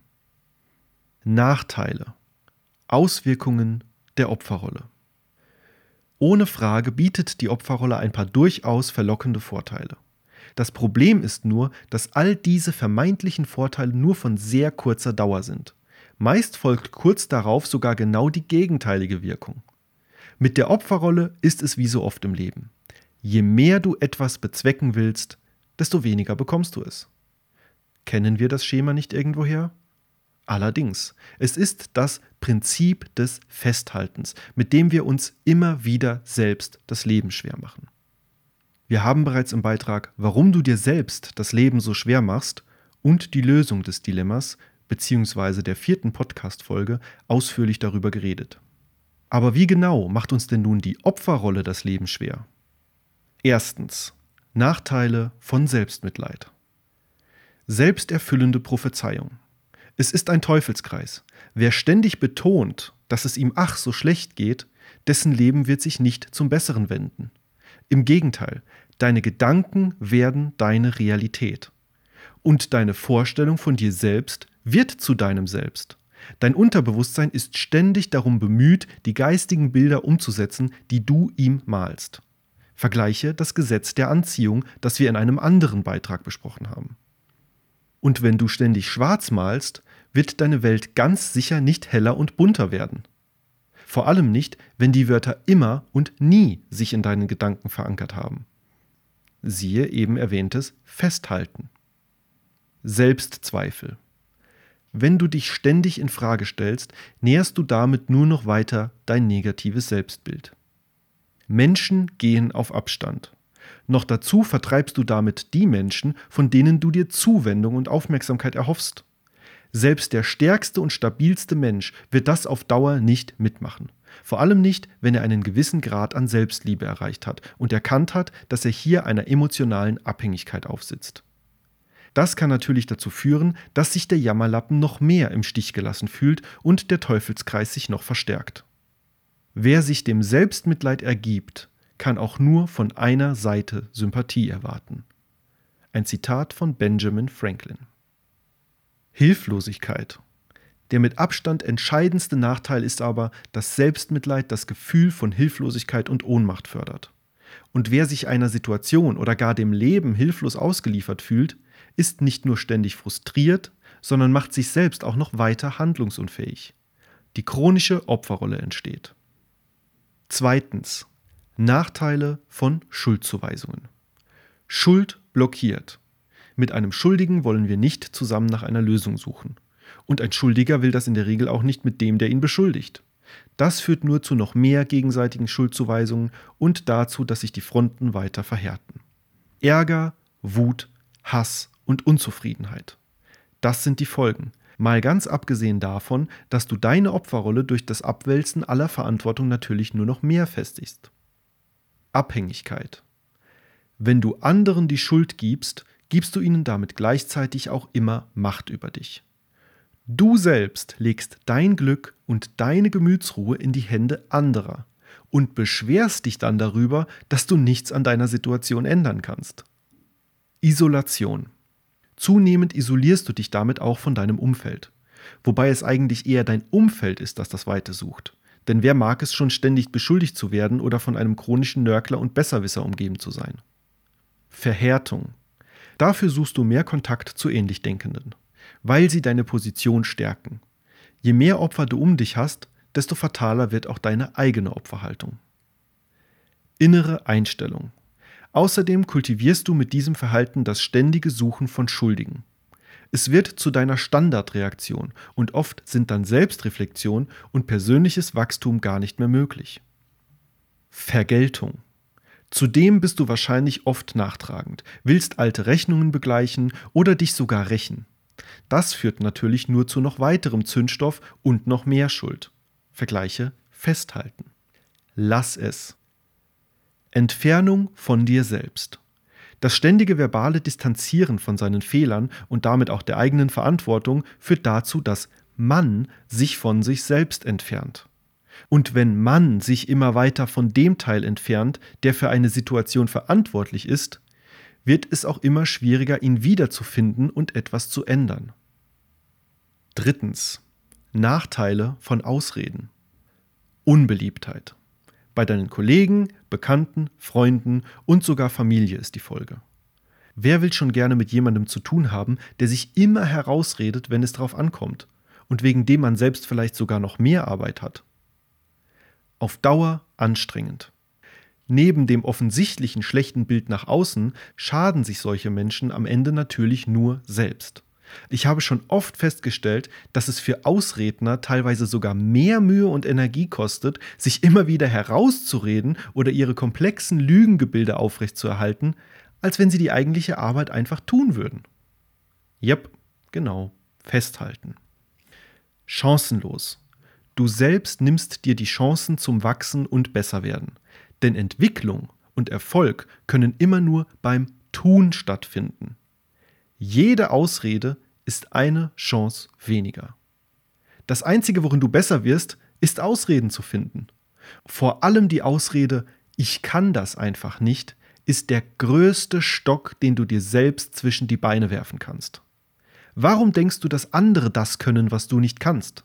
Nachteile. Auswirkungen der Opferrolle. Ohne Frage bietet die Opferrolle ein paar durchaus verlockende Vorteile. Das Problem ist nur, dass all diese vermeintlichen Vorteile nur von sehr kurzer Dauer sind. Meist folgt kurz darauf sogar genau die gegenteilige Wirkung. Mit der Opferrolle ist es wie so oft im Leben. Je mehr du etwas bezwecken willst, desto weniger bekommst du es. Kennen wir das Schema nicht irgendwoher? Allerdings, es ist das Prinzip des Festhaltens, mit dem wir uns immer wieder selbst das Leben schwer machen. Wir haben bereits im Beitrag Warum du dir selbst das Leben so schwer machst und die Lösung des Dilemmas bzw. der vierten Podcast-Folge ausführlich darüber geredet. Aber wie genau macht uns denn nun die Opferrolle das Leben schwer? Erstens. Nachteile von Selbstmitleid. Selbsterfüllende Prophezeiung. Es ist ein Teufelskreis. Wer ständig betont, dass es ihm ach so schlecht geht, dessen Leben wird sich nicht zum Besseren wenden. Im Gegenteil, deine Gedanken werden deine Realität. Und deine Vorstellung von dir selbst wird zu deinem Selbst. Dein Unterbewusstsein ist ständig darum bemüht, die geistigen Bilder umzusetzen, die du ihm malst. Vergleiche das Gesetz der Anziehung, das wir in einem anderen Beitrag besprochen haben. Und wenn du ständig schwarz malst, wird deine Welt ganz sicher nicht heller und bunter werden. Vor allem nicht, wenn die Wörter immer und nie sich in deinen Gedanken verankert haben. Siehe eben erwähntes Festhalten. Selbstzweifel. Wenn du dich ständig in Frage stellst, nährst du damit nur noch weiter dein negatives Selbstbild. Menschen gehen auf Abstand. Noch dazu vertreibst du damit die Menschen, von denen du dir Zuwendung und Aufmerksamkeit erhoffst. Selbst der stärkste und stabilste Mensch wird das auf Dauer nicht mitmachen. Vor allem nicht, wenn er einen gewissen Grad an Selbstliebe erreicht hat und erkannt hat, dass er hier einer emotionalen Abhängigkeit aufsitzt. Das kann natürlich dazu führen, dass sich der Jammerlappen noch mehr im Stich gelassen fühlt und der Teufelskreis sich noch verstärkt. Wer sich dem Selbstmitleid ergibt, kann auch nur von einer Seite Sympathie erwarten. Ein Zitat von Benjamin Franklin. Hilflosigkeit. Der mit Abstand entscheidendste Nachteil ist aber, dass Selbstmitleid das Gefühl von Hilflosigkeit und Ohnmacht fördert. Und wer sich einer Situation oder gar dem Leben hilflos ausgeliefert fühlt, ist nicht nur ständig frustriert, sondern macht sich selbst auch noch weiter handlungsunfähig. Die chronische Opferrolle entsteht. Zweitens. Nachteile von Schuldzuweisungen. Schuld blockiert. Mit einem Schuldigen wollen wir nicht zusammen nach einer Lösung suchen. Und ein Schuldiger will das in der Regel auch nicht mit dem, der ihn beschuldigt. Das führt nur zu noch mehr gegenseitigen Schuldzuweisungen und dazu, dass sich die Fronten weiter verhärten. Ärger, Wut, Hass und Unzufriedenheit. Das sind die Folgen. Mal ganz abgesehen davon, dass du deine Opferrolle durch das Abwälzen aller Verantwortung natürlich nur noch mehr festigst. Abhängigkeit. Wenn du anderen die Schuld gibst, gibst du ihnen damit gleichzeitig auch immer Macht über dich. Du selbst legst dein Glück und deine Gemütsruhe in die Hände anderer und beschwerst dich dann darüber, dass du nichts an deiner Situation ändern kannst. Isolation. Zunehmend isolierst du dich damit auch von deinem Umfeld. Wobei es eigentlich eher dein Umfeld ist, das das Weite sucht. Denn wer mag es schon, ständig beschuldigt zu werden oder von einem chronischen Nörgler und Besserwisser umgeben zu sein? Verhärtung. Dafür suchst du mehr Kontakt zu Ähnlichdenkenden, weil sie deine Position stärken. Je mehr Opfer du um dich hast, desto fataler wird auch deine eigene Opferhaltung. Innere Einstellung. Außerdem kultivierst du mit diesem Verhalten das ständige Suchen von Schuldigen. Es wird zu deiner Standardreaktion und oft sind dann Selbstreflexion und persönliches Wachstum gar nicht mehr möglich. Vergeltung. Zudem bist du wahrscheinlich oft nachtragend, willst alte Rechnungen begleichen oder dich sogar rächen. Das führt natürlich nur zu noch weiterem Zündstoff und noch mehr Schuld. Vergleiche festhalten. Lass es. Entfernung von dir selbst. Das ständige verbale Distanzieren von seinen Fehlern und damit auch der eigenen Verantwortung führt dazu, dass man sich von sich selbst entfernt. Und wenn man sich immer weiter von dem Teil entfernt, der für eine Situation verantwortlich ist, wird es auch immer schwieriger, ihn wiederzufinden und etwas zu ändern. Drittens. Nachteile von Ausreden. Unbeliebtheit. Bei deinen Kollegen, Bekannten, Freunden und sogar Familie ist die Folge. Wer will schon gerne mit jemandem zu tun haben, der sich immer herausredet, wenn es drauf ankommt und wegen dem man selbst vielleicht sogar noch mehr Arbeit hat? Auf Dauer anstrengend. Neben dem offensichtlichen schlechten Bild nach außen schaden sich solche Menschen am Ende natürlich nur selbst. Ich habe schon oft festgestellt, dass es für Ausredner teilweise sogar mehr Mühe und Energie kostet, sich immer wieder herauszureden oder ihre komplexen Lügengebilde aufrechtzuerhalten, als wenn sie die eigentliche Arbeit einfach tun würden. Jep, genau, festhalten. Chancenlos. Du selbst nimmst dir die Chancen zum Wachsen und Besserwerden. Denn Entwicklung und Erfolg können immer nur beim Tun stattfinden. Jede Ausrede ist eine Chance weniger. Das Einzige, worin du besser wirst, ist Ausreden zu finden. Vor allem die Ausrede, ich kann das einfach nicht, ist der größte Stock, den du dir selbst zwischen die Beine werfen kannst. Warum denkst du, dass andere das können, was du nicht kannst?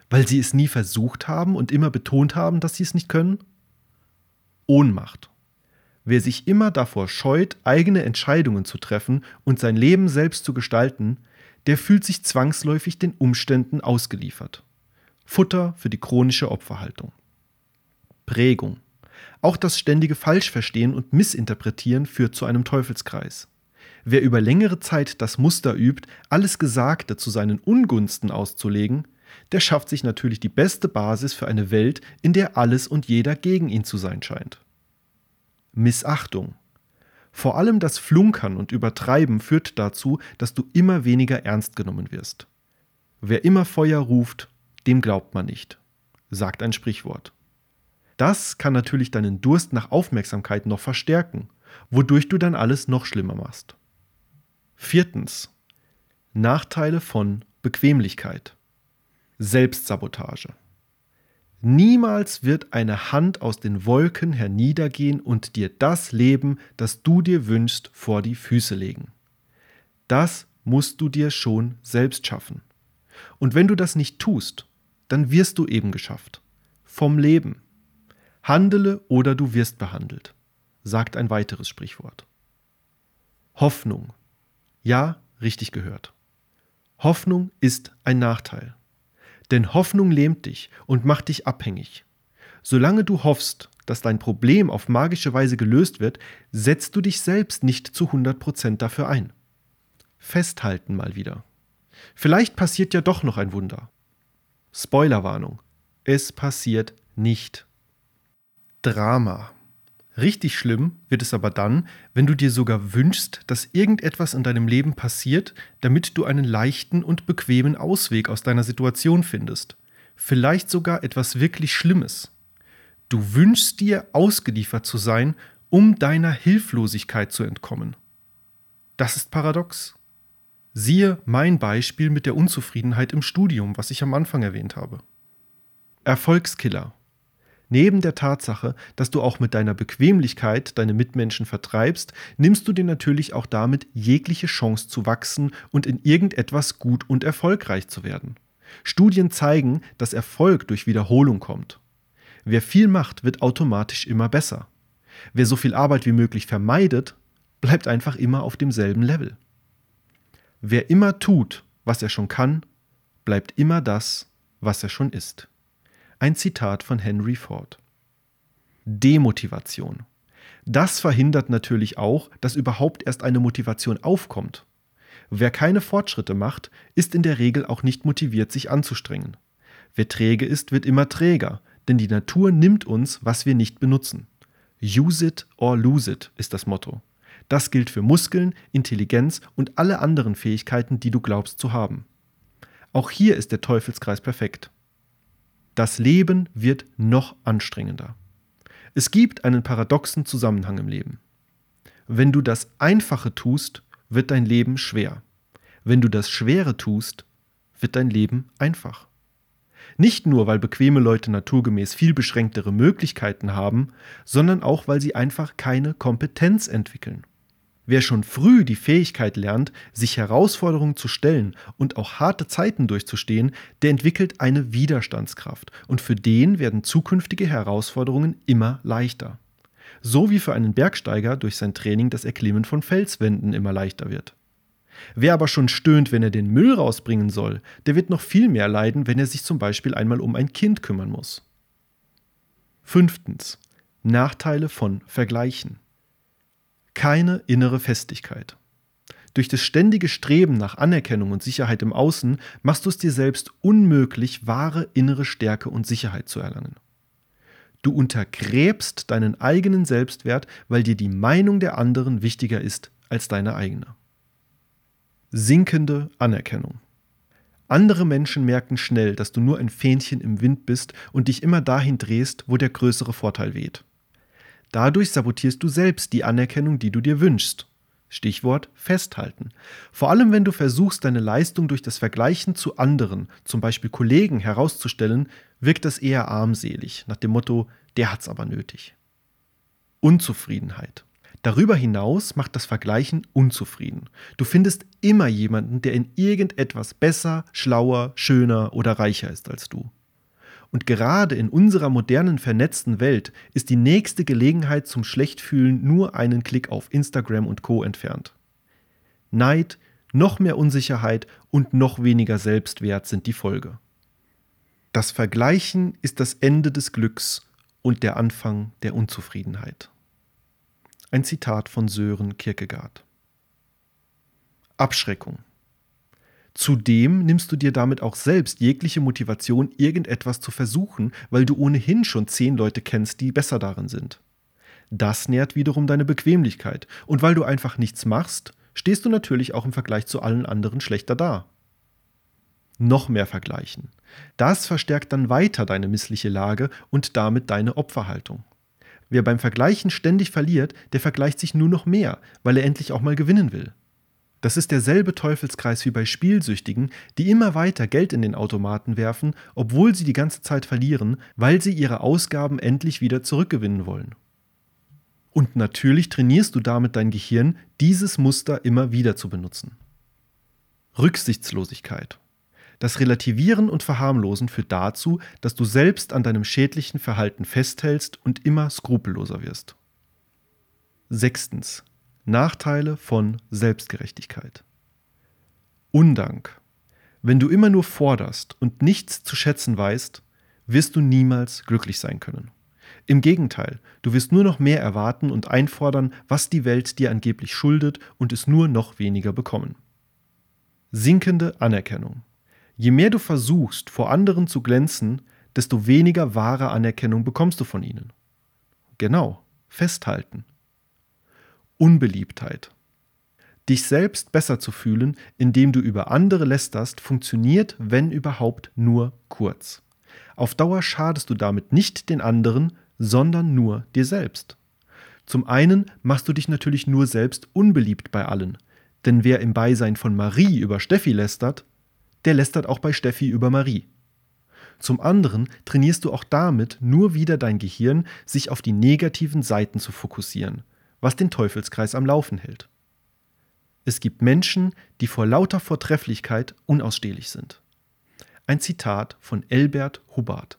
Weil sie es nie versucht haben und immer betont haben, dass sie es nicht können? Ohnmacht. Wer sich immer davor scheut, eigene Entscheidungen zu treffen und sein Leben selbst zu gestalten, der fühlt sich zwangsläufig den Umständen ausgeliefert. Futter für die chronische Opferhaltung. Prägung. Auch das ständige Falschverstehen und Missinterpretieren führt zu einem Teufelskreis. Wer über längere Zeit das Muster übt, alles Gesagte zu seinen Ungunsten auszulegen, der schafft sich natürlich die beste Basis für eine Welt, in der alles und jeder gegen ihn zu sein scheint. Missachtung. Vor allem das Flunkern und Übertreiben führt dazu, dass du immer weniger ernst genommen wirst. Wer immer Feuer ruft, dem glaubt man nicht, sagt ein Sprichwort. Das kann natürlich deinen Durst nach Aufmerksamkeit noch verstärken, wodurch du dann alles noch schlimmer machst. Viertens. Nachteile von Bequemlichkeit. Selbstsabotage. Niemals wird eine Hand aus den Wolken herniedergehen und dir das Leben, das du dir wünschst, vor die Füße legen. Das musst du dir schon selbst schaffen. Und wenn du das nicht tust, dann wirst du eben geschafft. Vom Leben. Handele oder du wirst behandelt, sagt ein weiteres Sprichwort. Hoffnung. Ja, richtig gehört. Hoffnung ist ein Nachteil. Denn Hoffnung lähmt dich und macht dich abhängig. Solange du hoffst, dass dein Problem auf magische Weise gelöst wird, setzt du dich selbst nicht zu hundert Prozent dafür ein. Festhalten mal wieder. Vielleicht passiert ja doch noch ein Wunder. Spoilerwarnung. Es passiert nicht. Drama. Richtig schlimm wird es aber dann, wenn du dir sogar wünschst, dass irgendetwas in deinem Leben passiert, damit du einen leichten und bequemen Ausweg aus deiner Situation findest. Vielleicht sogar etwas wirklich Schlimmes. Du wünschst dir, ausgeliefert zu sein, um deiner Hilflosigkeit zu entkommen. Das ist paradox. Siehe mein Beispiel mit der Unzufriedenheit im Studium, was ich am Anfang erwähnt habe. Erfolgskiller. Neben der Tatsache, dass du auch mit deiner Bequemlichkeit deine Mitmenschen vertreibst, nimmst du dir natürlich auch damit jegliche Chance zu wachsen und in irgendetwas gut und erfolgreich zu werden. Studien zeigen, dass Erfolg durch Wiederholung kommt. Wer viel macht, wird automatisch immer besser. Wer so viel Arbeit wie möglich vermeidet, bleibt einfach immer auf demselben Level. Wer immer tut, was er schon kann, bleibt immer das, was er schon ist. Ein Zitat von Henry Ford. Demotivation. Das verhindert natürlich auch, dass überhaupt erst eine Motivation aufkommt. Wer keine Fortschritte macht, ist in der Regel auch nicht motiviert, sich anzustrengen. Wer träge ist, wird immer träger, denn die Natur nimmt uns, was wir nicht benutzen. Use it or lose it ist das Motto. Das gilt für Muskeln, Intelligenz und alle anderen Fähigkeiten, die du glaubst zu haben. Auch hier ist der Teufelskreis perfekt. Das Leben wird noch anstrengender. Es gibt einen paradoxen Zusammenhang im Leben. Wenn du das Einfache tust, wird dein Leben schwer. Wenn du das Schwere tust, wird dein Leben einfach. Nicht nur, weil bequeme Leute naturgemäß viel beschränktere Möglichkeiten haben, sondern auch, weil sie einfach keine Kompetenz entwickeln. Wer schon früh die Fähigkeit lernt, sich Herausforderungen zu stellen und auch harte Zeiten durchzustehen, der entwickelt eine Widerstandskraft und für den werden zukünftige Herausforderungen immer leichter. So wie für einen Bergsteiger durch sein Training das Erklimmen von Felswänden immer leichter wird. Wer aber schon stöhnt, wenn er den Müll rausbringen soll, der wird noch viel mehr leiden, wenn er sich zum Beispiel einmal um ein Kind kümmern muss. Fünftens. Nachteile von Vergleichen. Keine innere Festigkeit. Durch das ständige Streben nach Anerkennung und Sicherheit im Außen machst du es dir selbst unmöglich, wahre innere Stärke und Sicherheit zu erlangen. Du untergräbst deinen eigenen Selbstwert, weil dir die Meinung der anderen wichtiger ist als deine eigene. Sinkende Anerkennung. Andere Menschen merken schnell, dass du nur ein Fähnchen im Wind bist und dich immer dahin drehst, wo der größere Vorteil weht. Dadurch sabotierst du selbst die Anerkennung, die du dir wünschst. Stichwort festhalten. Vor allem, wenn du versuchst, deine Leistung durch das Vergleichen zu anderen, zum Beispiel Kollegen, herauszustellen, wirkt das eher armselig, nach dem Motto, der hat's aber nötig. Unzufriedenheit. Darüber hinaus macht das Vergleichen unzufrieden. Du findest immer jemanden, der in irgendetwas besser, schlauer, schöner oder reicher ist als du. Und gerade in unserer modernen, vernetzten Welt ist die nächste Gelegenheit zum Schlechtfühlen nur einen Klick auf Instagram und Co. entfernt. Neid, noch mehr Unsicherheit und noch weniger Selbstwert sind die Folge. Das Vergleichen ist das Ende des Glücks und der Anfang der Unzufriedenheit. Ein Zitat von Søren Kierkegaard. Abschreckung. Zudem nimmst du dir damit auch selbst jegliche Motivation, irgendetwas zu versuchen, weil du ohnehin schon zehn Leute kennst, die besser darin sind. Das nährt wiederum deine Bequemlichkeit, und weil du einfach nichts machst, stehst du natürlich auch im Vergleich zu allen anderen schlechter da. Noch mehr vergleichen. Das verstärkt dann weiter deine missliche Lage und damit deine Opferhaltung. Wer beim Vergleichen ständig verliert, der vergleicht sich nur noch mehr, weil er endlich auch mal gewinnen will. Das ist derselbe Teufelskreis wie bei Spielsüchtigen, die immer weiter Geld in den Automaten werfen, obwohl sie die ganze Zeit verlieren, weil sie ihre Ausgaben endlich wieder zurückgewinnen wollen. Und natürlich trainierst du damit dein Gehirn, dieses Muster immer wieder zu benutzen. Rücksichtslosigkeit. Das Relativieren und Verharmlosen führt dazu, dass du selbst an deinem schädlichen Verhalten festhältst und immer skrupelloser wirst. Sechstens. Nachteile von Selbstgerechtigkeit. Undank. Wenn du immer nur forderst und nichts zu schätzen weißt, wirst du niemals glücklich sein können. Im Gegenteil, du wirst nur noch mehr erwarten und einfordern, was die Welt dir angeblich schuldet, und es nur noch weniger bekommen. Sinkende Anerkennung. Je mehr du versuchst, vor anderen zu glänzen, desto weniger wahre Anerkennung bekommst du von ihnen. Genau, festhalten. Unbeliebtheit. Dich selbst besser zu fühlen, indem du über andere lästerst, funktioniert, wenn überhaupt, nur kurz. Auf Dauer schadest du damit nicht den anderen, sondern nur dir selbst. Zum einen machst du dich natürlich nur selbst unbeliebt bei allen, denn wer im Beisein von Marie über Steffi lästert, der lästert auch bei Steffi über Marie. Zum anderen trainierst du auch damit nur wieder dein Gehirn, sich auf die negativen Seiten zu fokussieren, was den Teufelskreis am Laufen hält. Es gibt Menschen, die vor lauter Vortrefflichkeit unausstehlich sind. Ein Zitat von Elbert Hubbard.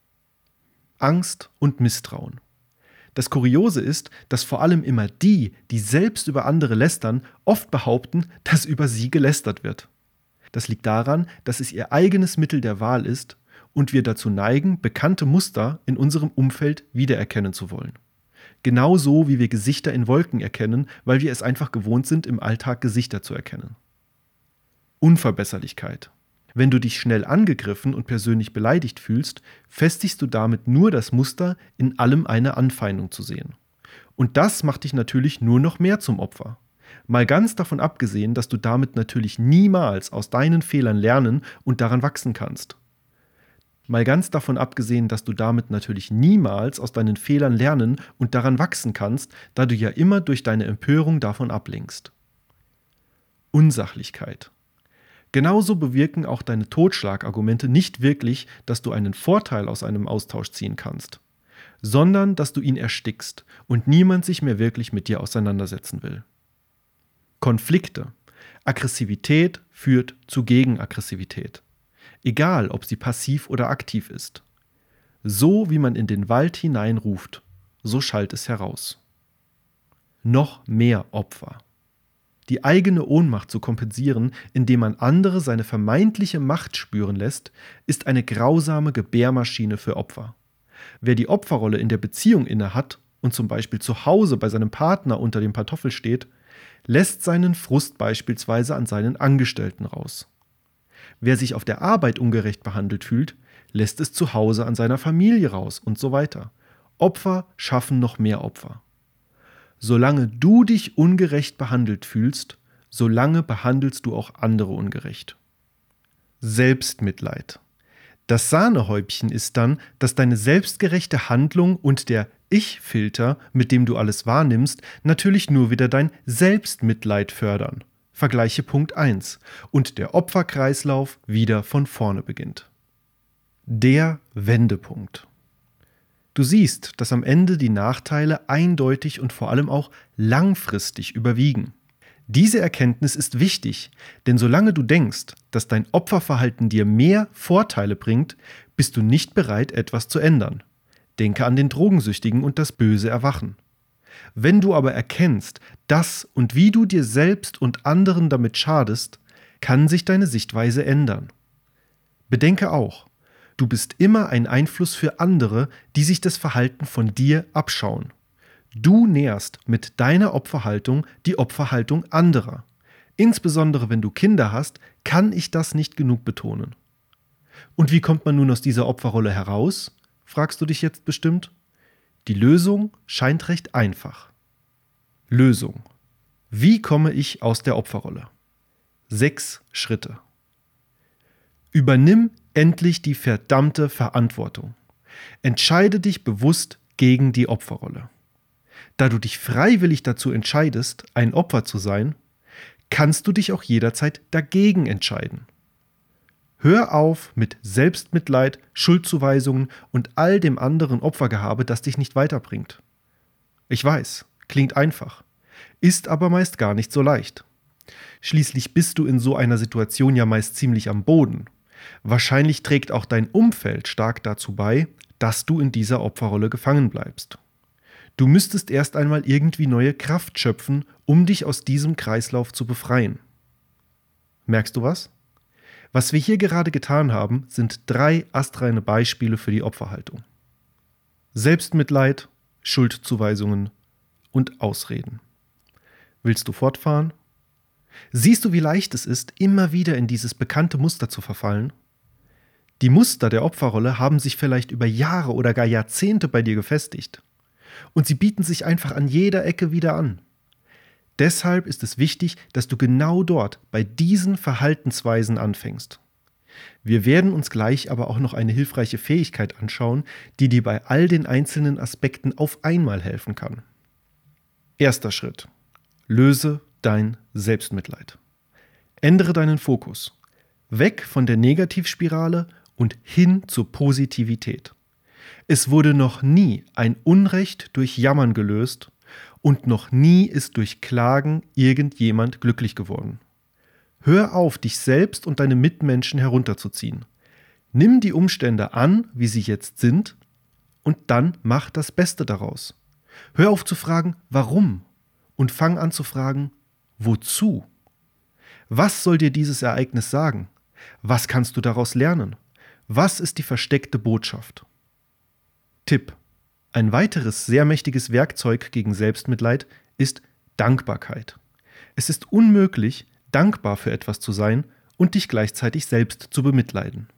Angst und Misstrauen. Das Kuriose ist, dass vor allem immer die, die selbst über andere lästern, oft behaupten, dass über sie gelästert wird. Das liegt daran, dass es ihr eigenes Mittel der Wahl ist und wir dazu neigen, bekannte Muster in unserem Umfeld wiedererkennen zu wollen. Genauso wie wir Gesichter in Wolken erkennen, weil wir es einfach gewohnt sind, im Alltag Gesichter zu erkennen. Unverbesserlichkeit. Wenn du dich schnell angegriffen und persönlich beleidigt fühlst, festigst du damit nur das Muster, in allem eine Anfeindung zu sehen. Und das macht dich natürlich nur noch mehr zum Opfer. Mal ganz davon abgesehen, dass du damit natürlich niemals aus deinen Fehlern lernen und daran wachsen kannst. Mal ganz davon abgesehen, dass du damit natürlich niemals aus deinen Fehlern lernen und daran wachsen kannst, da du ja immer durch deine Empörung davon ablenkst. Unsachlichkeit. Genauso bewirken auch deine Totschlagargumente nicht wirklich, dass du einen Vorteil aus einem Austausch ziehen kannst, sondern dass du ihn erstickst und niemand sich mehr wirklich mit dir auseinandersetzen will. Konflikte. Aggressivität führt zu Gegenaggressivität. Egal, ob sie passiv oder aktiv ist. So wie man in den Wald hineinruft, so schallt es heraus. Noch mehr Opfer. Die eigene Ohnmacht zu kompensieren, indem man andere seine vermeintliche Macht spüren lässt, ist eine grausame Gebärmaschine für Opfer. Wer die Opferrolle in der Beziehung innehat und zum Beispiel zu Hause bei seinem Partner unter dem Pantoffel steht, lässt seinen Frust beispielsweise an seinen Angestellten raus. Wer sich auf der Arbeit ungerecht behandelt fühlt, lässt es zu Hause an seiner Familie raus und so weiter. Opfer schaffen noch mehr Opfer. Solange du dich ungerecht behandelt fühlst, solange behandelst du auch andere ungerecht. Selbstmitleid. Das Sahnehäubchen ist dann, dass deine selbstgerechte Handlung und der Ich-Filter, mit dem du alles wahrnimmst, natürlich nur wieder dein Selbstmitleid fördern. Vergleiche Punkt eins und der Opferkreislauf wieder von vorne beginnt. Der Wendepunkt. Du siehst, dass am Ende die Nachteile eindeutig und vor allem auch langfristig überwiegen. Diese Erkenntnis ist wichtig, denn solange du denkst, dass dein Opferverhalten dir mehr Vorteile bringt, bist du nicht bereit, etwas zu ändern. Denke an den Drogensüchtigen und das böse Erwachen. Wenn du aber erkennst, dass und wie du dir selbst und anderen damit schadest, kann sich deine Sichtweise ändern. Bedenke auch, du bist immer ein Einfluss für andere, die sich das Verhalten von dir abschauen. Du nährst mit deiner Opferhaltung die Opferhaltung anderer. Insbesondere wenn du Kinder hast, kann ich das nicht genug betonen. Und wie kommt man nun aus dieser Opferrolle heraus, fragst du dich jetzt bestimmt? Die Lösung scheint recht einfach. Lösung. Wie komme ich aus der Opferrolle? Sechs Schritte. Übernimm endlich die verdammte Verantwortung. Entscheide dich bewusst gegen die Opferrolle. Da du dich freiwillig dazu entscheidest, ein Opfer zu sein, kannst du dich auch jederzeit dagegen entscheiden. Hör auf mit Selbstmitleid, Schuldzuweisungen und all dem anderen Opfergehabe, das dich nicht weiterbringt. Ich weiß, klingt einfach, ist aber meist gar nicht so leicht. Schließlich bist du in so einer Situation ja meist ziemlich am Boden. Wahrscheinlich trägt auch dein Umfeld stark dazu bei, dass du in dieser Opferrolle gefangen bleibst. Du müsstest erst einmal irgendwie neue Kraft schöpfen, um dich aus diesem Kreislauf zu befreien. Merkst du was? Was wir hier gerade getan haben, sind drei astreine Beispiele für die Opferhaltung. Selbstmitleid, Schuldzuweisungen und Ausreden. Willst du fortfahren? Siehst du, wie leicht es ist, immer wieder in dieses bekannte Muster zu verfallen? Die Muster der Opferrolle haben sich vielleicht über Jahre oder gar Jahrzehnte bei dir gefestigt. Und sie bieten sich einfach an jeder Ecke wieder an. Deshalb ist es wichtig, dass du genau dort bei diesen Verhaltensweisen anfängst. Wir werden uns gleich aber auch noch eine hilfreiche Fähigkeit anschauen, die dir bei all den einzelnen Aspekten auf einmal helfen kann. Erster Schritt. Löse dein Selbstmitleid. Ändere deinen Fokus. Weg von der Negativspirale und hin zur Positivität. Es wurde noch nie ein Unrecht durch Jammern gelöst und noch nie ist durch Klagen irgendjemand glücklich geworden. Hör auf, dich selbst und deine Mitmenschen herunterzuziehen. Nimm die Umstände an, wie sie jetzt sind, und dann mach das Beste daraus. Hör auf zu fragen, warum, und fang an zu fragen, wozu? Was soll dir dieses Ereignis sagen? Was kannst du daraus lernen? Was ist die versteckte Botschaft? Tipp: Ein weiteres sehr mächtiges Werkzeug gegen Selbstmitleid ist Dankbarkeit. Es ist unmöglich, dankbar für etwas zu sein und dich gleichzeitig selbst zu bemitleiden.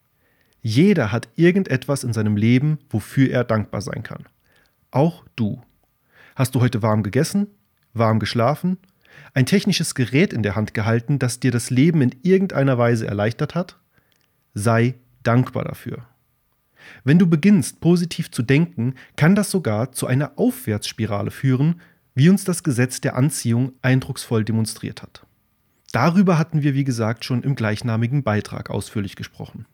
Jeder hat irgendetwas in seinem Leben, wofür er dankbar sein kann. Auch du. Hast du heute warm gegessen? Warm geschlafen? Ein technisches Gerät in der Hand gehalten, das dir das Leben in irgendeiner Weise erleichtert hat? Sei dankbar dafür. Wenn du beginnst, positiv zu denken, kann das sogar zu einer Aufwärtsspirale führen, wie uns das Gesetz der Anziehung eindrucksvoll demonstriert hat. Darüber hatten wir, wie gesagt, schon im gleichnamigen Beitrag ausführlich gesprochen.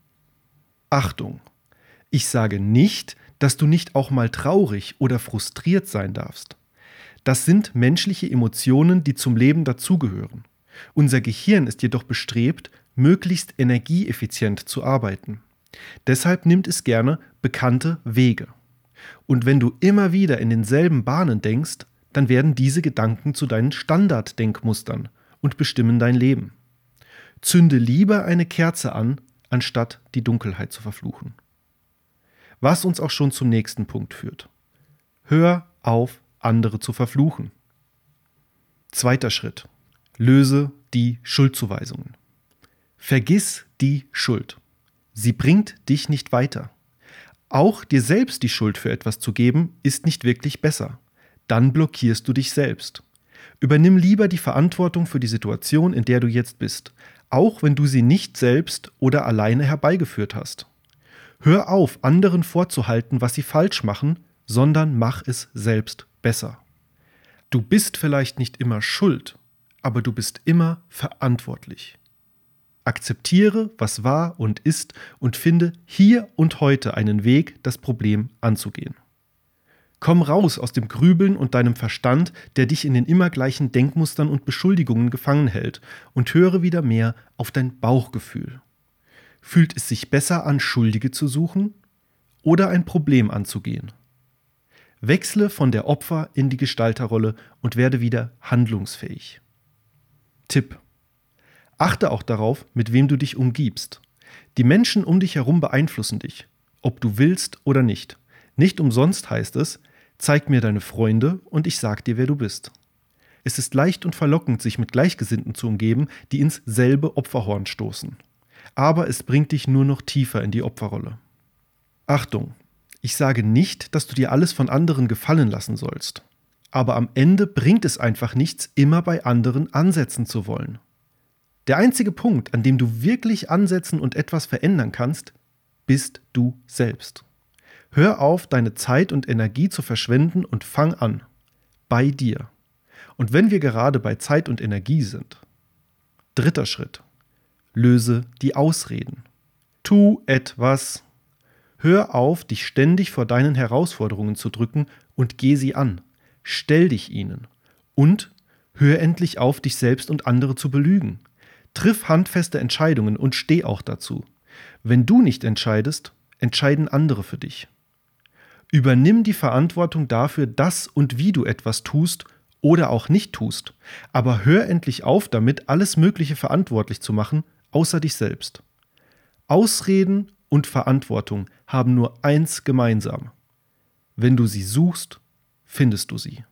Achtung! Ich sage nicht, dass du nicht auch mal traurig oder frustriert sein darfst. Das sind menschliche Emotionen, die zum Leben dazugehören. Unser Gehirn ist jedoch bestrebt, möglichst energieeffizient zu arbeiten. Deshalb nimmt es gerne bekannte Wege. Und wenn du immer wieder in denselben Bahnen denkst, dann werden diese Gedanken zu deinen Standarddenkmustern und bestimmen dein Leben. Zünde lieber eine Kerze an, anstatt die Dunkelheit zu verfluchen. Was uns auch schon zum nächsten Punkt führt. Hör auf, andere zu verfluchen. Zweiter Schritt. Löse die Schuldzuweisungen. Vergiss die Schuld. Sie bringt dich nicht weiter. Auch dir selbst die Schuld für etwas zu geben, ist nicht wirklich besser. Dann blockierst du dich selbst. Übernimm lieber die Verantwortung für die Situation, in der du jetzt bist, auch wenn du sie nicht selbst oder alleine herbeigeführt hast. Hör auf, anderen vorzuhalten, was sie falsch machen, sondern mach es selbst besser. Du bist vielleicht nicht immer schuld, aber du bist immer verantwortlich. Akzeptiere, was war und ist und finde hier und heute einen Weg, das Problem anzugehen. Komm raus aus dem Grübeln und deinem Verstand, der dich in den immer gleichen Denkmustern und Beschuldigungen gefangen hält, und höre wieder mehr auf dein Bauchgefühl. Fühlt es sich besser an, Schuldige zu suchen oder ein Problem anzugehen? Wechsle von der Opfer- in die Gestalterrolle und werde wieder handlungsfähig. Tipp: Achte auch darauf, mit wem du dich umgibst. Die Menschen um dich herum beeinflussen dich, ob du willst oder nicht. Nicht umsonst heißt es: Zeig mir deine Freunde und ich sag dir, wer du bist. Es ist leicht und verlockend, sich mit Gleichgesinnten zu umgeben, die ins selbe Opferhorn stoßen. Aber es bringt dich nur noch tiefer in die Opferrolle. Achtung! Ich sage nicht, dass du dir alles von anderen gefallen lassen sollst. Aber am Ende bringt es einfach nichts, immer bei anderen ansetzen zu wollen. Der einzige Punkt, an dem du wirklich ansetzen und etwas verändern kannst, bist du selbst. Hör auf, deine Zeit und Energie zu verschwenden und fang an. Bei dir. Und wenn wir gerade bei Zeit und Energie sind. Dritter Schritt. Löse die Ausreden. Tu etwas. Hör auf, dich ständig vor deinen Herausforderungen zu drücken und geh sie an. Stell dich ihnen. Und hör endlich auf, dich selbst und andere zu belügen. Triff handfeste Entscheidungen und steh auch dazu. Wenn du nicht entscheidest, entscheiden andere für dich. Übernimm die Verantwortung dafür, dass und wie du etwas tust oder auch nicht tust. Aber hör endlich auf damit, alles Mögliche verantwortlich zu machen, außer dich selbst. Ausreden und Verantwortung haben nur eins gemeinsam. Wenn du sie suchst, findest du sie.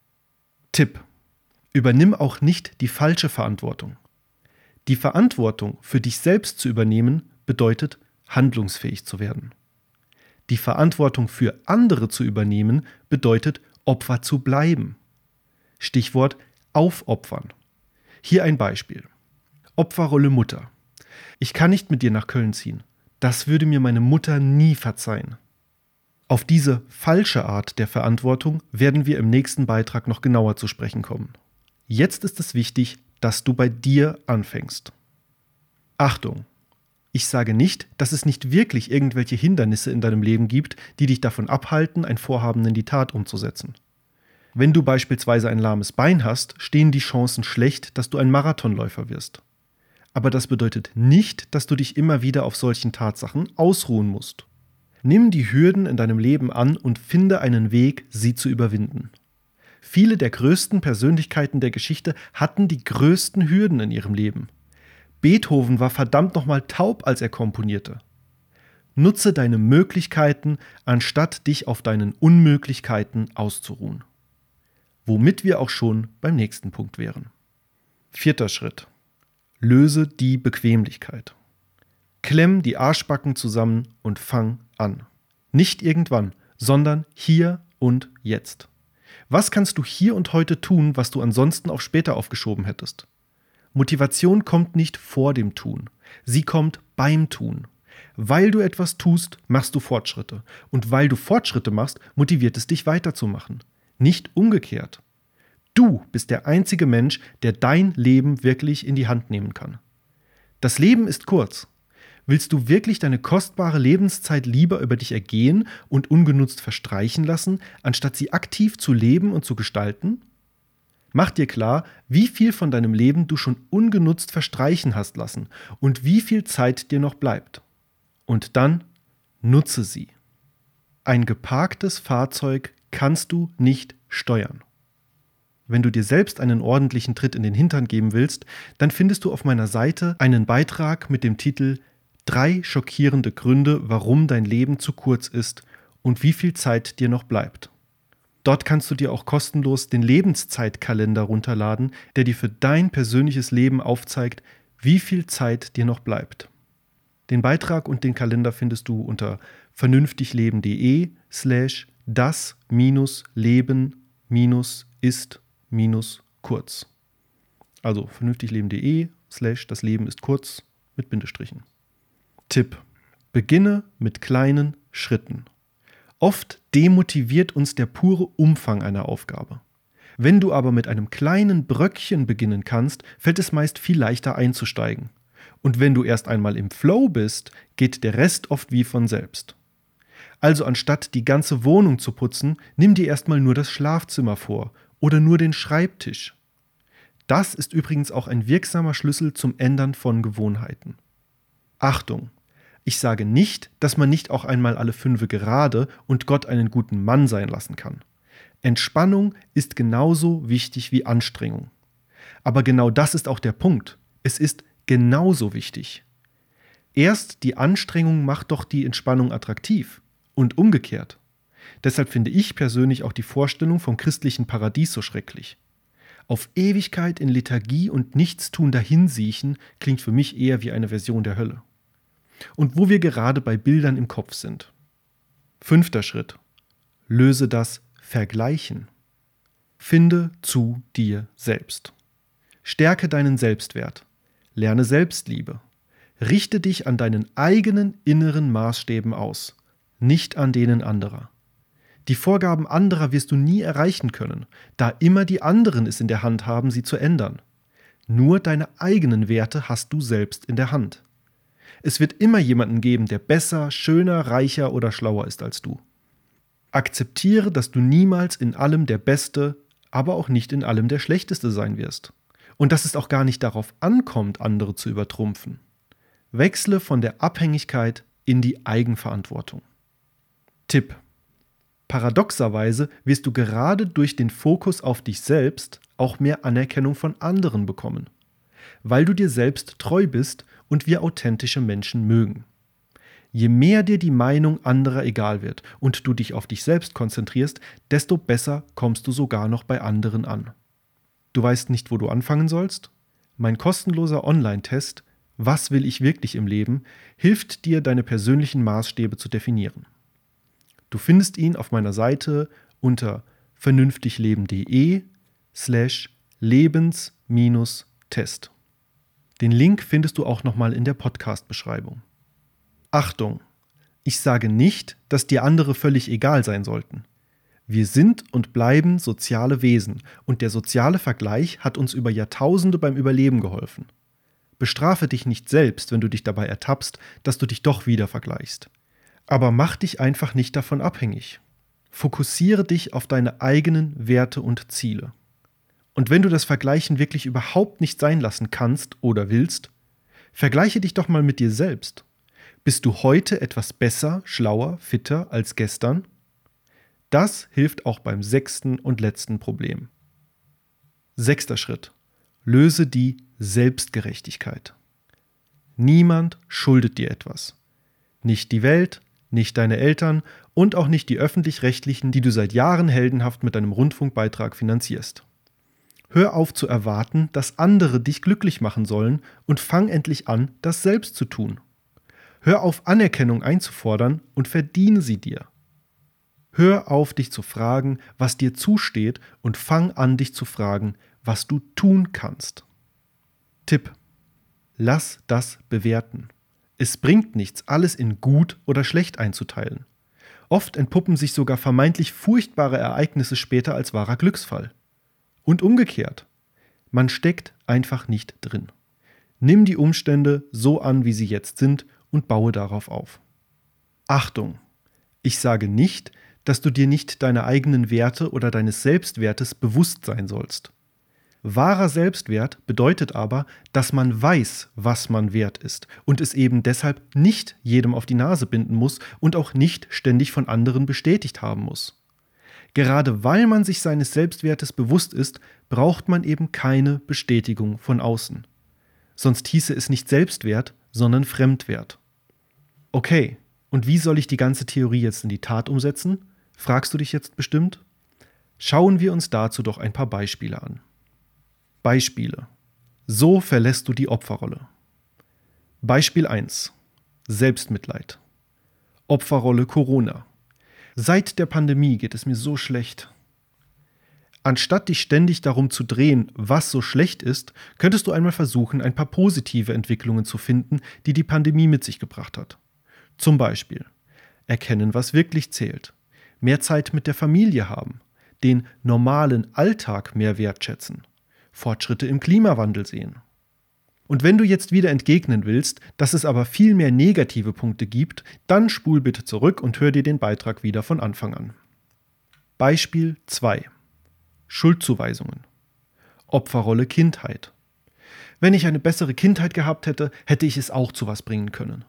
Tipp: Übernimm auch nicht die falsche Verantwortung. Die Verantwortung für dich selbst zu übernehmen, bedeutet, handlungsfähig zu werden. Die Verantwortung für andere zu übernehmen, bedeutet, Opfer zu bleiben. Stichwort aufopfern. Hier ein Beispiel. Opferrolle Mutter. Ich kann nicht mit dir nach Köln ziehen. Das würde mir meine Mutter nie verzeihen. Auf diese falsche Art der Verantwortung werden wir im nächsten Beitrag noch genauer zu sprechen kommen. Jetzt ist es wichtig, dass du bei dir anfängst. Achtung! Ich sage nicht, dass es nicht wirklich irgendwelche Hindernisse in deinem Leben gibt, die dich davon abhalten, ein Vorhaben in die Tat umzusetzen. Wenn du beispielsweise ein lahmes Bein hast, stehen die Chancen schlecht, dass du ein Marathonläufer wirst. Aber das bedeutet nicht, dass du dich immer wieder auf solchen Tatsachen ausruhen musst. Nimm die Hürden in deinem Leben an und finde einen Weg, sie zu überwinden. Viele der größten Persönlichkeiten der Geschichte hatten die größten Hürden in ihrem Leben. Beethoven war verdammt nochmal taub, als er komponierte. Nutze deine Möglichkeiten, anstatt dich auf deinen Unmöglichkeiten auszuruhen. Womit wir auch schon beim nächsten Punkt wären. Vierter Schritt. Löse die Bequemlichkeit. Klemm die Arschbacken zusammen und fang an. Nicht irgendwann, sondern hier und jetzt. Was kannst du hier und heute tun, was du ansonsten auf später aufgeschoben hättest? Motivation kommt nicht vor dem Tun. Sie kommt beim Tun. Weil du etwas tust, machst du Fortschritte. Und weil du Fortschritte machst, motiviert es dich weiterzumachen. Nicht umgekehrt. Du bist der einzige Mensch, der dein Leben wirklich in die Hand nehmen kann. Das Leben ist kurz. Willst du wirklich deine kostbare Lebenszeit lieber über dich ergehen und ungenutzt verstreichen lassen, anstatt sie aktiv zu leben und zu gestalten? Mach dir klar, wie viel von deinem Leben du schon ungenutzt verstreichen hast lassen und wie viel Zeit dir noch bleibt. Und dann nutze sie. Ein geparktes Fahrzeug kannst du nicht steuern. Wenn du dir selbst einen ordentlichen Tritt in den Hintern geben willst, dann findest du auf meiner Seite einen Beitrag mit dem Titel Drei schockierende Gründe, warum dein Leben zu kurz ist und wie viel Zeit dir noch bleibt. Dort kannst du dir auch kostenlos den Lebenszeitkalender runterladen, der dir für dein persönliches Leben aufzeigt, wie viel Zeit dir noch bleibt. Den Beitrag und den Kalender findest du unter vernünftigleben.de slash das minus Leben minus ist minus kurz. Also vernünftigleben.de slash das Leben ist kurz mit Bindestrichen. Tipp: Beginne mit kleinen Schritten. Oft demotiviert uns der pure Umfang einer Aufgabe. Wenn du aber mit einem kleinen Bröckchen beginnen kannst, fällt es meist viel leichter einzusteigen. Und wenn du erst einmal im Flow bist, geht der Rest oft wie von selbst. Also anstatt die ganze Wohnung zu putzen, nimm dir erstmal nur das Schlafzimmer vor oder nur den Schreibtisch. Das ist übrigens auch ein wirksamer Schlüssel zum Ändern von Gewohnheiten. Achtung! Ich sage nicht, dass man nicht auch einmal alle Fünfe gerade und Gott einen guten Mann sein lassen kann. Entspannung ist genauso wichtig wie Anstrengung. Aber genau das ist auch der Punkt. Es ist genauso wichtig. Erst die Anstrengung macht doch die Entspannung attraktiv und umgekehrt. Deshalb finde ich persönlich auch die Vorstellung vom christlichen Paradies so schrecklich. Auf Ewigkeit in Lethargie und Nichtstun dahinsiechen klingt für mich eher wie eine Version der Hölle. Und wo wir gerade bei Bildern im Kopf sind. Fünfter Schritt. Löse das Vergleichen. Finde zu dir selbst. Stärke deinen Selbstwert. Lerne Selbstliebe. Richte dich an deinen eigenen inneren Maßstäben aus, nicht an denen anderer. Die Vorgaben anderer wirst du nie erreichen können, da immer die anderen es in der Hand haben, sie zu ändern. Nur deine eigenen Werte hast du selbst in der Hand. Es wird immer jemanden geben, der besser, schöner, reicher oder schlauer ist als du. Akzeptiere, dass du niemals in allem der Beste, aber auch nicht in allem der Schlechteste sein wirst. Und dass es auch gar nicht darauf ankommt, andere zu übertrumpfen. Wechsle von der Abhängigkeit in die Eigenverantwortung. Tipp: Paradoxerweise wirst du gerade durch den Fokus auf dich selbst auch mehr Anerkennung von anderen bekommen, weil du dir selbst treu bist und wir authentische Menschen mögen. Je mehr dir die Meinung anderer egal wird und du dich auf dich selbst konzentrierst, desto besser kommst du sogar noch bei anderen an. Du weißt nicht, wo du anfangen sollst? Mein kostenloser Online-Test „Was will ich wirklich im Leben?“ hilft dir, deine persönlichen Maßstäbe zu definieren. Du findest ihn auf meiner Seite unter vernünftigleben.de slash lebens-test. Den Link findest du auch nochmal in der Podcast-Beschreibung. Achtung! Ich sage nicht, dass dir andere völlig egal sein sollten. Wir sind und bleiben soziale Wesen und der soziale Vergleich hat uns über Jahrtausende beim Überleben geholfen. Bestrafe dich nicht selbst, wenn du dich dabei ertappst, dass du dich doch wieder vergleichst. Aber mach dich einfach nicht davon abhängig. Fokussiere dich auf deine eigenen Werte und Ziele. Und wenn du das Vergleichen wirklich überhaupt nicht sein lassen kannst oder willst, vergleiche dich doch mal mit dir selbst. Bist du heute etwas besser, schlauer, fitter als gestern? Das hilft auch beim sechsten und letzten Problem. Sechster Schritt. Löse die Selbstgerechtigkeit. Niemand schuldet dir etwas. Nicht die Welt, nicht deine Eltern und auch nicht die Öffentlich-Rechtlichen, die du seit Jahren heldenhaft mit deinem Rundfunkbeitrag finanzierst. Hör auf zu erwarten, dass andere dich glücklich machen sollen und fang endlich an, das selbst zu tun. Hör auf, Anerkennung einzufordern und verdiene sie dir. Hör auf, dich zu fragen, was dir zusteht und fang an, dich zu fragen, was du tun kannst. Tipp: Lass das bewerten. Es bringt nichts, alles in gut oder schlecht einzuteilen. Oft entpuppen sich sogar vermeintlich furchtbare Ereignisse später als wahrer Glücksfall. Und umgekehrt. Man steckt einfach nicht drin. Nimm die Umstände so an, wie sie jetzt sind und baue darauf auf. Achtung! Ich sage nicht, dass du dir nicht deiner eigenen Werte oder deines Selbstwertes bewusst sein sollst. Wahrer Selbstwert bedeutet aber, dass man weiß, was man wert ist und es eben deshalb nicht jedem auf die Nase binden muss und auch nicht ständig von anderen bestätigt haben muss. Gerade weil man sich seines Selbstwertes bewusst ist, braucht man eben keine Bestätigung von außen. Sonst hieße es nicht Selbstwert, sondern Fremdwert. Okay, und wie soll ich die ganze Theorie jetzt in die Tat umsetzen? Fragst du dich jetzt bestimmt? Schauen wir uns dazu doch ein paar Beispiele an. Beispiele. So verlässt du die Opferrolle. Beispiel eins. Selbstmitleid. Opferrolle Corona. Seit der Pandemie geht es mir so schlecht. Anstatt dich ständig darum zu drehen, was so schlecht ist, könntest du einmal versuchen, ein paar positive Entwicklungen zu finden, die die Pandemie mit sich gebracht hat. Zum Beispiel erkennen, was wirklich zählt, mehr Zeit mit der Familie haben, den normalen Alltag mehr wertschätzen, Fortschritte im Klimawandel sehen. Und wenn du jetzt wieder entgegnen willst, dass es aber viel mehr negative Punkte gibt, dann spul bitte zurück und hör dir den Beitrag wieder von Anfang an. Beispiel zwei. Schuldzuweisungen. Opferrolle Kindheit. Wenn ich eine bessere Kindheit gehabt hätte, hätte ich es auch zu was bringen können.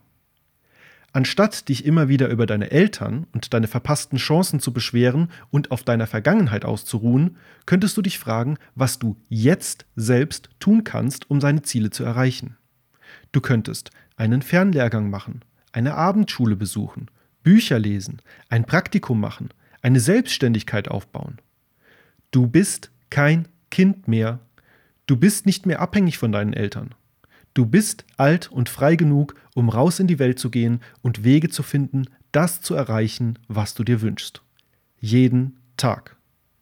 Anstatt dich immer wieder über deine Eltern und deine verpassten Chancen zu beschweren und auf deiner Vergangenheit auszuruhen, könntest du dich fragen, was du jetzt selbst tun kannst, um seine Ziele zu erreichen. Du könntest einen Fernlehrgang machen, eine Abendschule besuchen, Bücher lesen, ein Praktikum machen, eine Selbstständigkeit aufbauen. Du bist kein Kind mehr. Du bist nicht mehr abhängig von deinen Eltern. Du bist alt und frei genug, um raus in die Welt zu gehen und Wege zu finden, das zu erreichen, was du dir wünschst. Jeden Tag.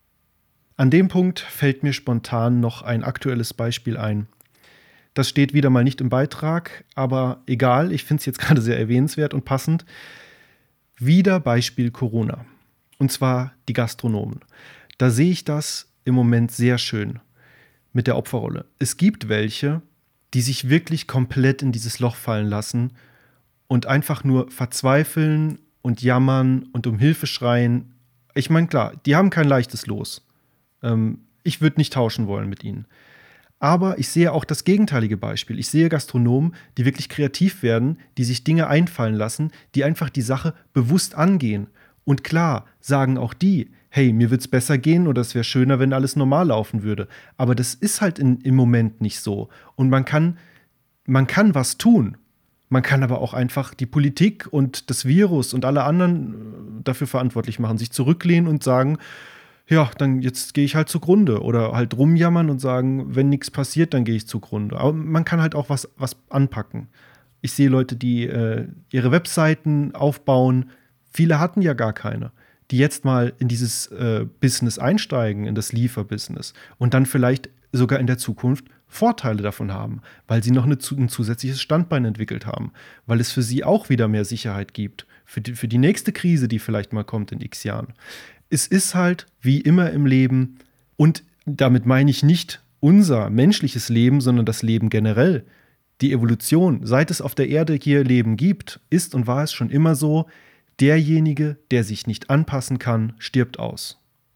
An dem Punkt fällt mir spontan noch ein aktuelles Beispiel ein. Das steht wieder mal nicht im Beitrag, aber egal, ich finde es jetzt gerade sehr erwähnenswert und passend. Wieder Beispiel Corona. Und zwar die Gastronomen. Da sehe ich das im Moment sehr schön mit der Opferrolle. Es gibt welche, die sich wirklich komplett in dieses Loch fallen lassen und einfach nur verzweifeln und jammern und um Hilfe schreien. Ich meine, klar, die haben kein leichtes Los. Ähm, ich würde nicht tauschen wollen mit ihnen. Aber ich sehe auch das gegenteilige Beispiel. Ich sehe Gastronomen, die wirklich kreativ werden, die sich Dinge einfallen lassen, die einfach die Sache bewusst angehen. Und klar, sagen auch die, hey, mir wird's besser gehen oder es wäre schöner, wenn alles normal laufen würde. Aber das ist halt in, im Moment nicht so. Und man kann, man kann was tun. Man kann aber auch einfach die Politik und das Virus und alle anderen dafür verantwortlich machen, sich zurücklehnen und sagen, ja, dann jetzt gehe ich halt zugrunde. Oder halt rumjammern und sagen, wenn nichts passiert, dann gehe ich zugrunde. Aber man kann halt auch was, was anpacken. Ich sehe Leute, die äh, ihre Webseiten aufbauen. Viele hatten ja gar keine, die jetzt mal in dieses äh, Business einsteigen, in das Lieferbusiness und dann vielleicht sogar in der Zukunft Vorteile davon haben, weil sie noch eine, ein zusätzliches Standbein entwickelt haben, weil es für sie auch wieder mehr Sicherheit gibt, für die, für die nächste Krise, die vielleicht mal kommt in x Jahren. Es ist halt wie immer im Leben, und damit meine ich nicht unser menschliches Leben, sondern das Leben generell. Die Evolution, seit es auf der Erde hier Leben gibt, ist und war es schon immer so, derjenige, der sich nicht anpassen kann, stirbt aus.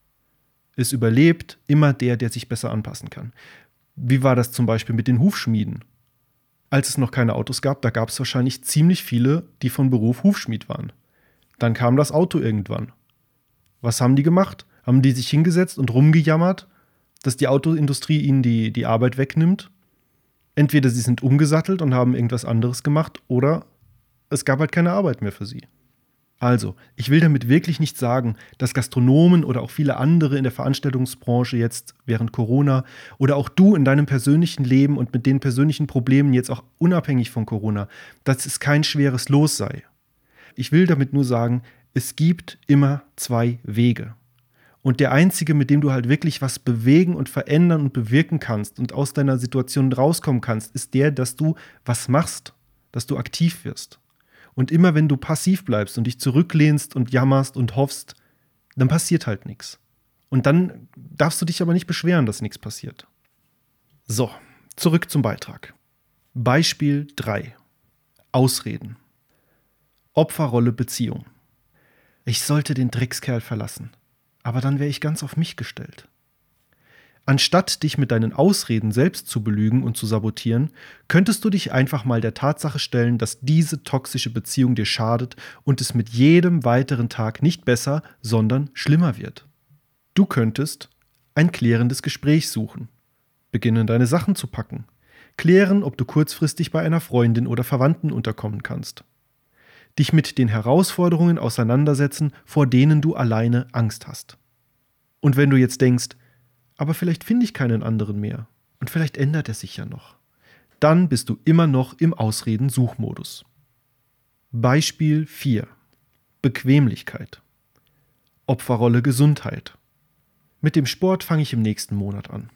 Es überlebt immer der, der sich besser anpassen kann. Wie war das zum Beispiel mit den Hufschmieden? Als es noch keine Autos gab, da gab es wahrscheinlich ziemlich viele, die von Beruf Hufschmied waren. Dann kam das Auto irgendwann. Was haben die gemacht? Haben die sich hingesetzt und rumgejammert, dass die Autoindustrie ihnen die, die Arbeit wegnimmt? Entweder sie sind umgesattelt und haben irgendwas anderes gemacht, oder es gab halt keine Arbeit mehr für sie. Also, ich will damit wirklich nicht sagen, dass Gastronomen oder auch viele andere in der Veranstaltungsbranche jetzt während Corona oder auch du in deinem persönlichen Leben und mit den persönlichen Problemen jetzt auch unabhängig von Corona, dass es kein schweres Los sei. Ich will damit nur sagen, es gibt immer zwei Wege. Und der einzige, mit dem du halt wirklich was bewegen und verändern und bewirken kannst und aus deiner Situation rauskommen kannst, ist der, dass du was machst, dass du aktiv wirst. Und immer wenn du passiv bleibst und dich zurücklehnst und jammerst und hoffst, dann passiert halt nichts. Und dann darfst du dich aber nicht beschweren, dass nichts passiert. So, zurück zum Beitrag. Beispiel drei. Ausreden. Opferrolle Beziehung. Ich sollte den Dreckskerl verlassen, aber dann wäre ich ganz auf mich gestellt. Anstatt dich mit deinen Ausreden selbst zu belügen und zu sabotieren, könntest du dich einfach mal der Tatsache stellen, dass diese toxische Beziehung dir schadet und es mit jedem weiteren Tag nicht besser, sondern schlimmer wird. Du könntest ein klärendes Gespräch suchen, beginnen deine Sachen zu packen, klären, ob du kurzfristig bei einer Freundin oder Verwandten unterkommen kannst. Dich mit den Herausforderungen auseinandersetzen, vor denen du alleine Angst hast. Und wenn du jetzt denkst, aber vielleicht finde ich keinen anderen mehr und vielleicht ändert er sich ja noch, dann bist du immer noch im Ausreden-Suchmodus. Beispiel vier. Bequemlichkeit. Opferrolle Gesundheit. Mit dem Sport fange ich im nächsten Monat an.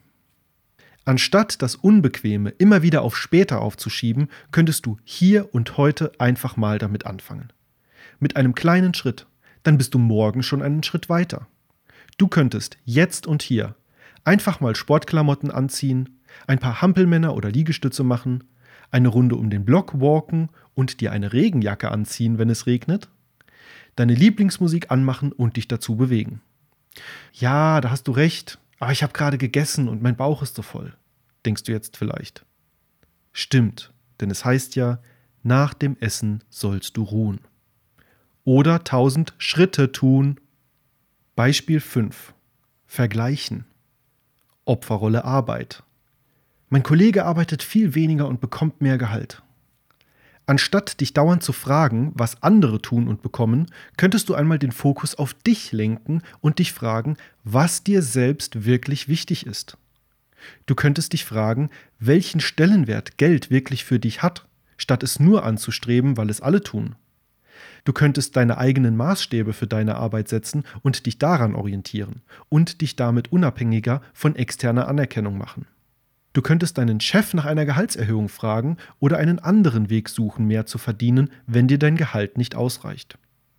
Anstatt das Unbequeme immer wieder auf später aufzuschieben, könntest du hier und heute einfach mal damit anfangen. Mit einem kleinen Schritt, dann bist du morgen schon einen Schritt weiter. Du könntest jetzt und hier einfach mal Sportklamotten anziehen, ein paar Hampelmänner oder Liegestütze machen, Eine Runde um den Block walken und dir eine Regenjacke anziehen, wenn es regnet? Deine Lieblingsmusik anmachen und dich dazu bewegen. Ja, da hast du recht, aber ich habe gerade gegessen und mein Bauch ist so voll, denkst du jetzt vielleicht. Stimmt, denn es heißt ja, nach dem Essen sollst du ruhen. Oder tausend Schritte tun. Beispiel fünf. Vergleichen. Opferrolle Arbeit. Mein Kollege arbeitet viel weniger und bekommt mehr Gehalt. Anstatt dich dauernd zu fragen, was andere tun und bekommen, könntest du einmal den Fokus auf dich lenken und dich fragen, was dir selbst wirklich wichtig ist. Du könntest dich fragen, welchen Stellenwert Geld wirklich für dich hat, statt es nur anzustreben, weil es alle tun. Du könntest deine eigenen Maßstäbe für deine Arbeit setzen und dich daran orientieren und dich damit unabhängiger von externer Anerkennung machen. Du könntest deinen Chef nach einer Gehaltserhöhung fragen oder einen anderen Weg suchen, mehr zu verdienen, wenn dir dein Gehalt nicht ausreicht.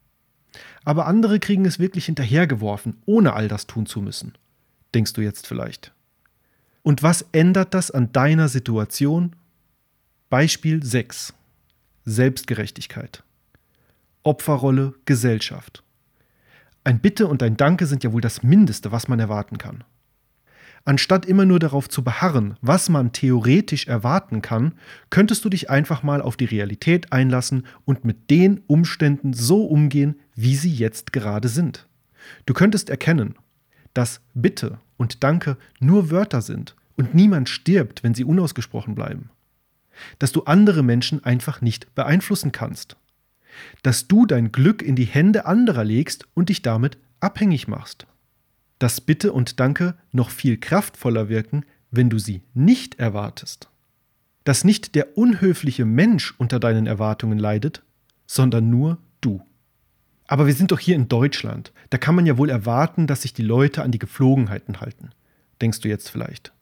Aber andere kriegen es wirklich hinterhergeworfen, ohne all das tun zu müssen, denkst du jetzt vielleicht. Und was ändert das an deiner Situation? Beispiel sechs. Selbstgerechtigkeit. Opferrolle Gesellschaft. Ein Bitte und ein Danke sind ja wohl das Mindeste, was man erwarten kann. Anstatt immer nur darauf zu beharren, was man theoretisch erwarten kann, könntest du dich einfach mal auf die Realität einlassen und mit den Umständen so umgehen, wie sie jetzt gerade sind. Du könntest erkennen, dass Bitte und Danke nur Wörter sind und niemand stirbt, wenn sie unausgesprochen bleiben. Dass du andere Menschen einfach nicht beeinflussen kannst. Dass du dein Glück in die Hände anderer legst und dich damit abhängig machst. Dass Bitte und Danke noch viel kraftvoller wirken, wenn du sie nicht erwartest. Dass nicht der unhöfliche Mensch unter deinen Erwartungen leidet, sondern nur du. Aber wir sind doch hier in Deutschland. Da kann man ja wohl erwarten, dass sich die Leute an die Gepflogenheiten halten. Denkst du jetzt vielleicht.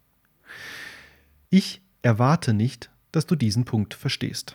Ich erwarte nicht, dass du diesen Punkt verstehst.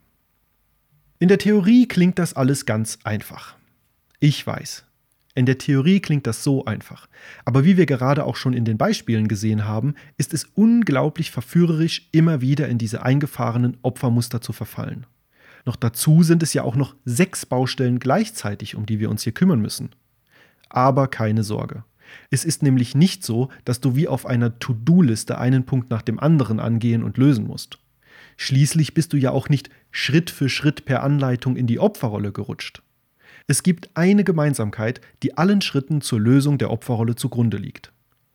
In der Theorie klingt das alles ganz einfach. Ich weiß. In der Theorie klingt das so einfach. Aber wie wir gerade auch schon in den Beispielen gesehen haben, ist es unglaublich verführerisch, immer wieder in diese eingefahrenen Opfermuster zu verfallen. Noch dazu sind es ja auch noch sechs Baustellen gleichzeitig, um die wir uns hier kümmern müssen. Aber keine Sorge. Es ist nämlich nicht so, dass du wie auf einer To-Do-Liste einen Punkt nach dem anderen angehen und lösen musst. Schließlich bist du ja auch nicht Schritt für Schritt per Anleitung in die Opferrolle gerutscht. Es gibt eine Gemeinsamkeit, die allen Schritten zur Lösung der Opferrolle zugrunde liegt.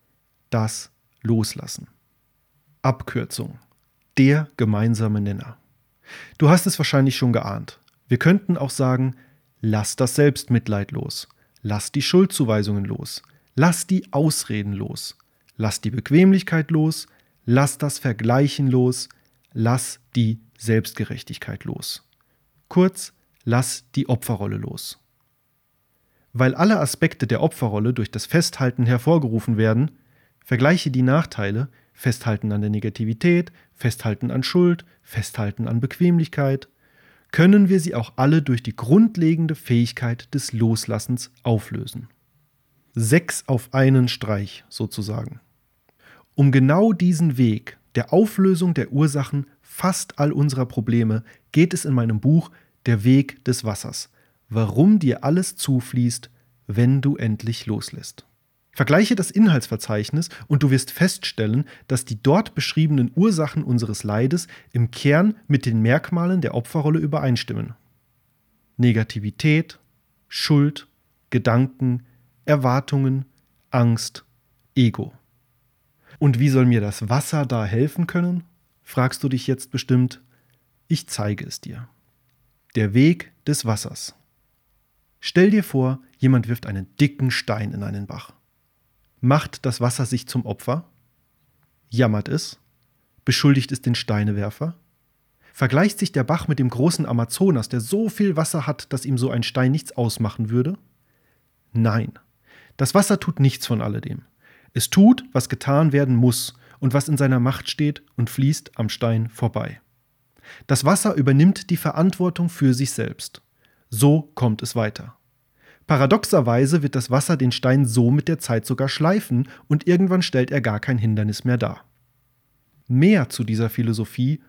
Das Loslassen. Abkürzung. Der gemeinsame Nenner. Du hast es wahrscheinlich schon geahnt. Wir könnten auch sagen, lass das Selbstmitleid los. Lass die Schuldzuweisungen los. Lass die Ausreden los. Lass die Bequemlichkeit los. Lass das Vergleichen los. Lass die Selbstgerechtigkeit los. Kurz, lass die Opferrolle los. Weil alle Aspekte der Opferrolle durch das Festhalten hervorgerufen werden, vergleiche die Nachteile, Festhalten an der Negativität, Festhalten an Schuld, Festhalten an Bequemlichkeit, können wir sie auch alle durch die grundlegende Fähigkeit des Loslassens auflösen. Sechs auf einen Streich sozusagen. Um genau diesen Weg der Auflösung der Ursachen fast all unserer Probleme geht es in meinem Buch Der Weg des Wassers. Warum dir alles zufließt, wenn du endlich loslässt. Vergleiche das Inhaltsverzeichnis und du wirst feststellen, dass die dort beschriebenen Ursachen unseres Leides im Kern mit den Merkmalen der Opferrolle übereinstimmen. Negativität, Schuld, Gedanken, Erwartungen, Angst, Ego. Und wie soll mir das Wasser da helfen können? Fragst du dich jetzt bestimmt. Ich zeige es dir. Der Weg des Wassers. Stell dir vor, jemand wirft einen dicken Stein in einen Bach. Macht das Wasser sich zum Opfer? Jammert es? Beschuldigt es den Steinewerfer? Vergleicht sich der Bach mit dem großen Amazonas, der so viel Wasser hat, dass ihm so ein Stein nichts ausmachen würde? Nein, das Wasser tut nichts von alledem. Es tut, was getan werden muss und was in seiner Macht steht und fließt am Stein vorbei. Das Wasser übernimmt die Verantwortung für sich selbst. So kommt es weiter. Paradoxerweise wird das Wasser den Stein so mit der Zeit sogar schleifen und irgendwann stellt er gar kein Hindernis mehr dar. Mehr zu dieser Philosophie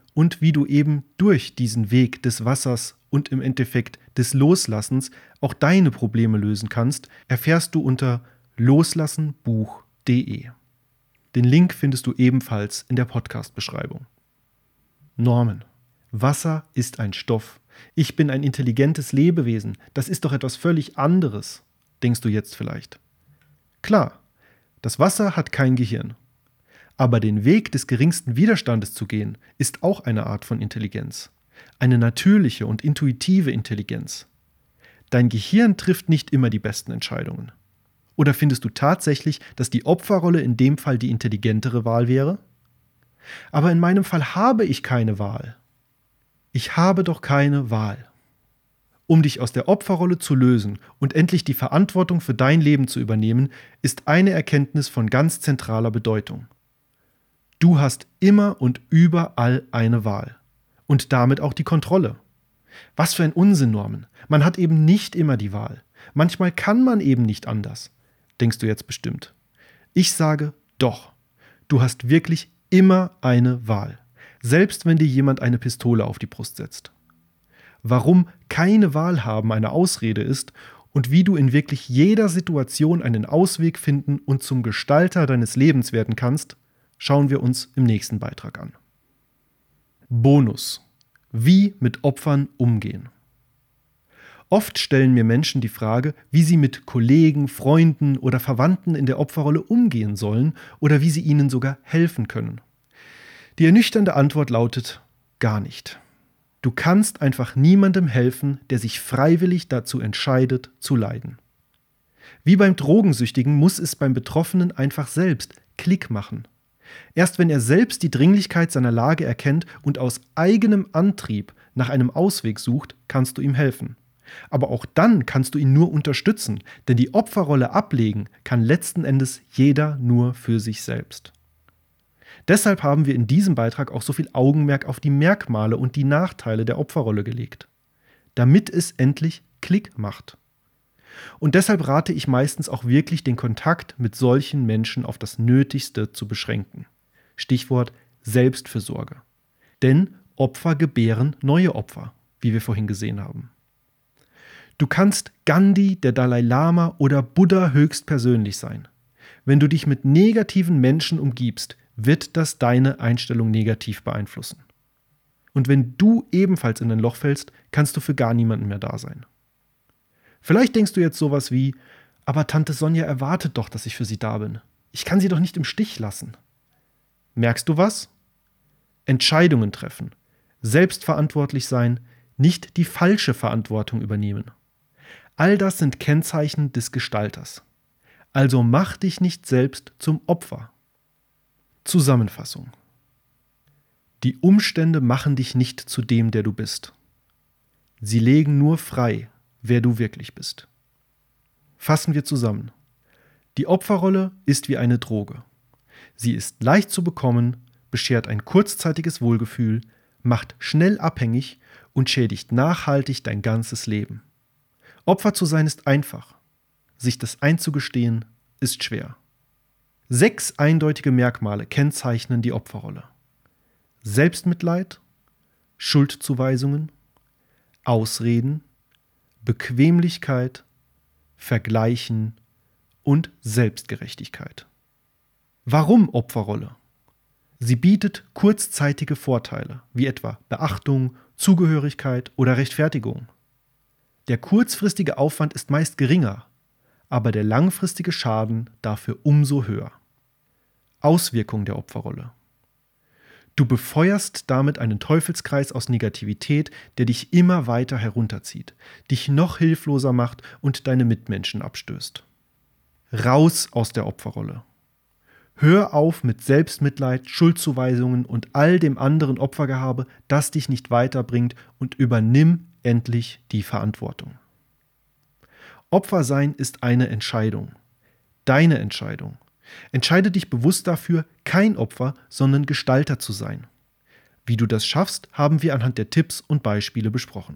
und wie du eben durch diesen Weg des Wassers und im Endeffekt des Loslassens auch deine Probleme lösen kannst, erfährst du unter loslassenbuch punkt de. Den Link findest du ebenfalls in der Podcast-Beschreibung. Norman: Wasser ist ein Stoff. Ich bin ein intelligentes Lebewesen. Das ist doch etwas völlig anderes, denkst du jetzt vielleicht. Klar, das Wasser hat kein Gehirn. Aber den Weg des geringsten Widerstandes zu gehen, ist auch eine Art von Intelligenz. Eine natürliche und intuitive Intelligenz. Dein Gehirn trifft nicht immer die besten Entscheidungen. Oder findest du tatsächlich, dass die Opferrolle in dem Fall die intelligentere Wahl wäre? Aber in meinem Fall habe ich keine Wahl. Ich habe doch keine Wahl. Um dich aus der Opferrolle zu lösen und endlich die Verantwortung für dein Leben zu übernehmen, ist eine Erkenntnis von ganz zentraler Bedeutung. Du hast immer und überall eine Wahl. Und damit auch die Kontrolle. Was für ein Unsinn, Norman. Man hat eben nicht immer die Wahl. Manchmal kann man eben nicht anders, denkst du jetzt bestimmt. Ich sage doch. Du hast wirklich immer eine Wahl. Selbst wenn dir jemand eine Pistole auf die Brust setzt. Warum keine Wahl haben eine Ausrede ist und wie du in wirklich jeder Situation einen Ausweg finden und zum Gestalter deines Lebens werden kannst, schauen wir uns im nächsten Beitrag an. Bonus: Wie mit Opfern umgehen. Oft stellen mir Menschen die Frage, wie sie mit Kollegen, Freunden oder Verwandten in der Opferrolle umgehen sollen oder wie sie ihnen sogar helfen können. Die ernüchternde Antwort lautet: gar nicht. Du kannst einfach niemandem helfen, der sich freiwillig dazu entscheidet, zu leiden. Wie beim Drogensüchtigen muss es beim Betroffenen einfach selbst Klick machen. Erst wenn er selbst die Dringlichkeit seiner Lage erkennt und aus eigenem Antrieb nach einem Ausweg sucht, kannst du ihm helfen. Aber auch dann kannst du ihn nur unterstützen, denn die Opferrolle ablegen kann letzten Endes jeder nur für sich selbst. Deshalb haben wir in diesem Beitrag auch so viel Augenmerk auf die Merkmale und die Nachteile der Opferrolle gelegt, damit es endlich Klick macht. Und deshalb rate ich meistens auch wirklich, den Kontakt mit solchen Menschen auf das Nötigste zu beschränken. Stichwort Selbstfürsorge. Denn Opfer gebären neue Opfer, wie wir vorhin gesehen haben. Du kannst Gandhi, der Dalai Lama oder Buddha höchstpersönlich sein. Wenn du dich mit negativen Menschen umgibst, wird das deine Einstellung negativ beeinflussen. Und wenn du ebenfalls in ein Loch fällst, kannst du für gar niemanden mehr da sein. Vielleicht denkst du jetzt sowas wie: aber Tante Sonja erwartet doch, dass ich für sie da bin. Ich kann sie doch nicht im Stich lassen. Merkst du was? Entscheidungen treffen, selbstverantwortlich sein, nicht die falsche Verantwortung übernehmen. All das sind Kennzeichen des Gestalters. Also mach dich nicht selbst zum Opfer. Zusammenfassung: Die Umstände machen dich nicht zu dem, der du bist. Sie legen nur frei, wer du wirklich bist. Fassen wir zusammen. Die Opferrolle ist wie eine Droge. Sie ist leicht zu bekommen, beschert ein kurzzeitiges Wohlgefühl, macht schnell abhängig und schädigt nachhaltig dein ganzes Leben. Opfer zu sein ist einfach. Sich das einzugestehen ist schwer. Sechs eindeutige Merkmale kennzeichnen die Opferrolle: Selbstmitleid, Schuldzuweisungen, Ausreden, Bequemlichkeit, Vergleichen und Selbstgerechtigkeit. Warum Opferrolle? Sie bietet kurzzeitige Vorteile, wie etwa Beachtung, Zugehörigkeit oder Rechtfertigung. Der kurzfristige Aufwand ist meist geringer, aber der langfristige Schaden dafür umso höher. Auswirkung der Opferrolle: Du befeuerst damit einen Teufelskreis aus Negativität, der dich immer weiter herunterzieht, dich noch hilfloser macht und deine Mitmenschen abstößt. Raus aus der Opferrolle. Hör auf mit Selbstmitleid, Schuldzuweisungen und all dem anderen Opfergehabe, das dich nicht weiterbringt, und übernimm endlich die Verantwortung. Opfer sein ist eine Entscheidung. Deine Entscheidung. Entscheide dich bewusst dafür, kein Opfer, sondern Gestalter zu sein. Wie du das schaffst, haben wir anhand der Tipps und Beispiele besprochen.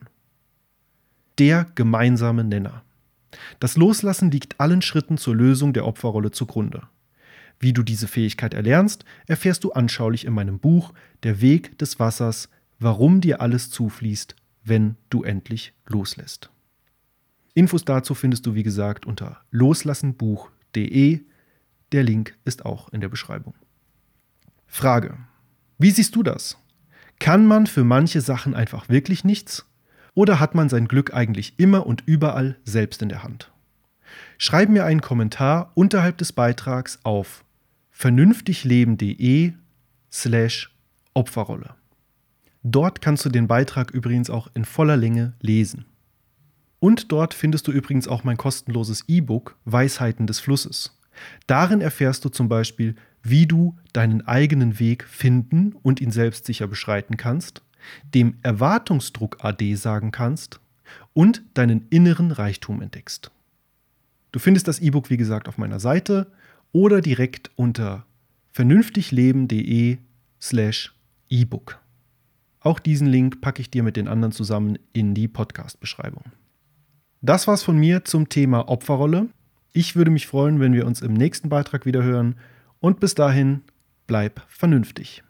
Der gemeinsame Nenner. Das Loslassen liegt allen Schritten zur Lösung der Opferrolle zugrunde. Wie du diese Fähigkeit erlernst, erfährst du anschaulich in meinem Buch Der Weg des Wassers, warum dir alles zufließt, wenn du endlich loslässt. Infos dazu findest du wie gesagt unter loslassenbuch punkt de. Der Link ist auch in der Beschreibung. Frage: Wie siehst du das? Kann man für manche Sachen einfach wirklich nichts? Oder hat man sein Glück eigentlich immer und überall selbst in der Hand? Schreib mir einen Kommentar unterhalb des Beitrags auf vernünftigleben.de slash Opferrolle. Dort kannst du den Beitrag übrigens auch in voller Länge lesen. Und dort findest du übrigens auch mein kostenloses E-Book Weisheiten des Flusses. Darin erfährst du zum Beispiel, wie du deinen eigenen Weg finden und ihn selbstsicher beschreiten kannst, dem Erwartungsdruck Ade sagen kannst und deinen inneren Reichtum entdeckst. Du findest das E-Book wie gesagt auf meiner Seite oder direkt unter vernünftigleben.de slash E-Book. Auch diesen Link packe ich dir mit den anderen zusammen in die Podcast-Beschreibung. Das war's von mir zum Thema Opferrolle. Ich würde mich freuen, wenn wir uns im nächsten Beitrag wieder hören und bis dahin bleib vernünftig.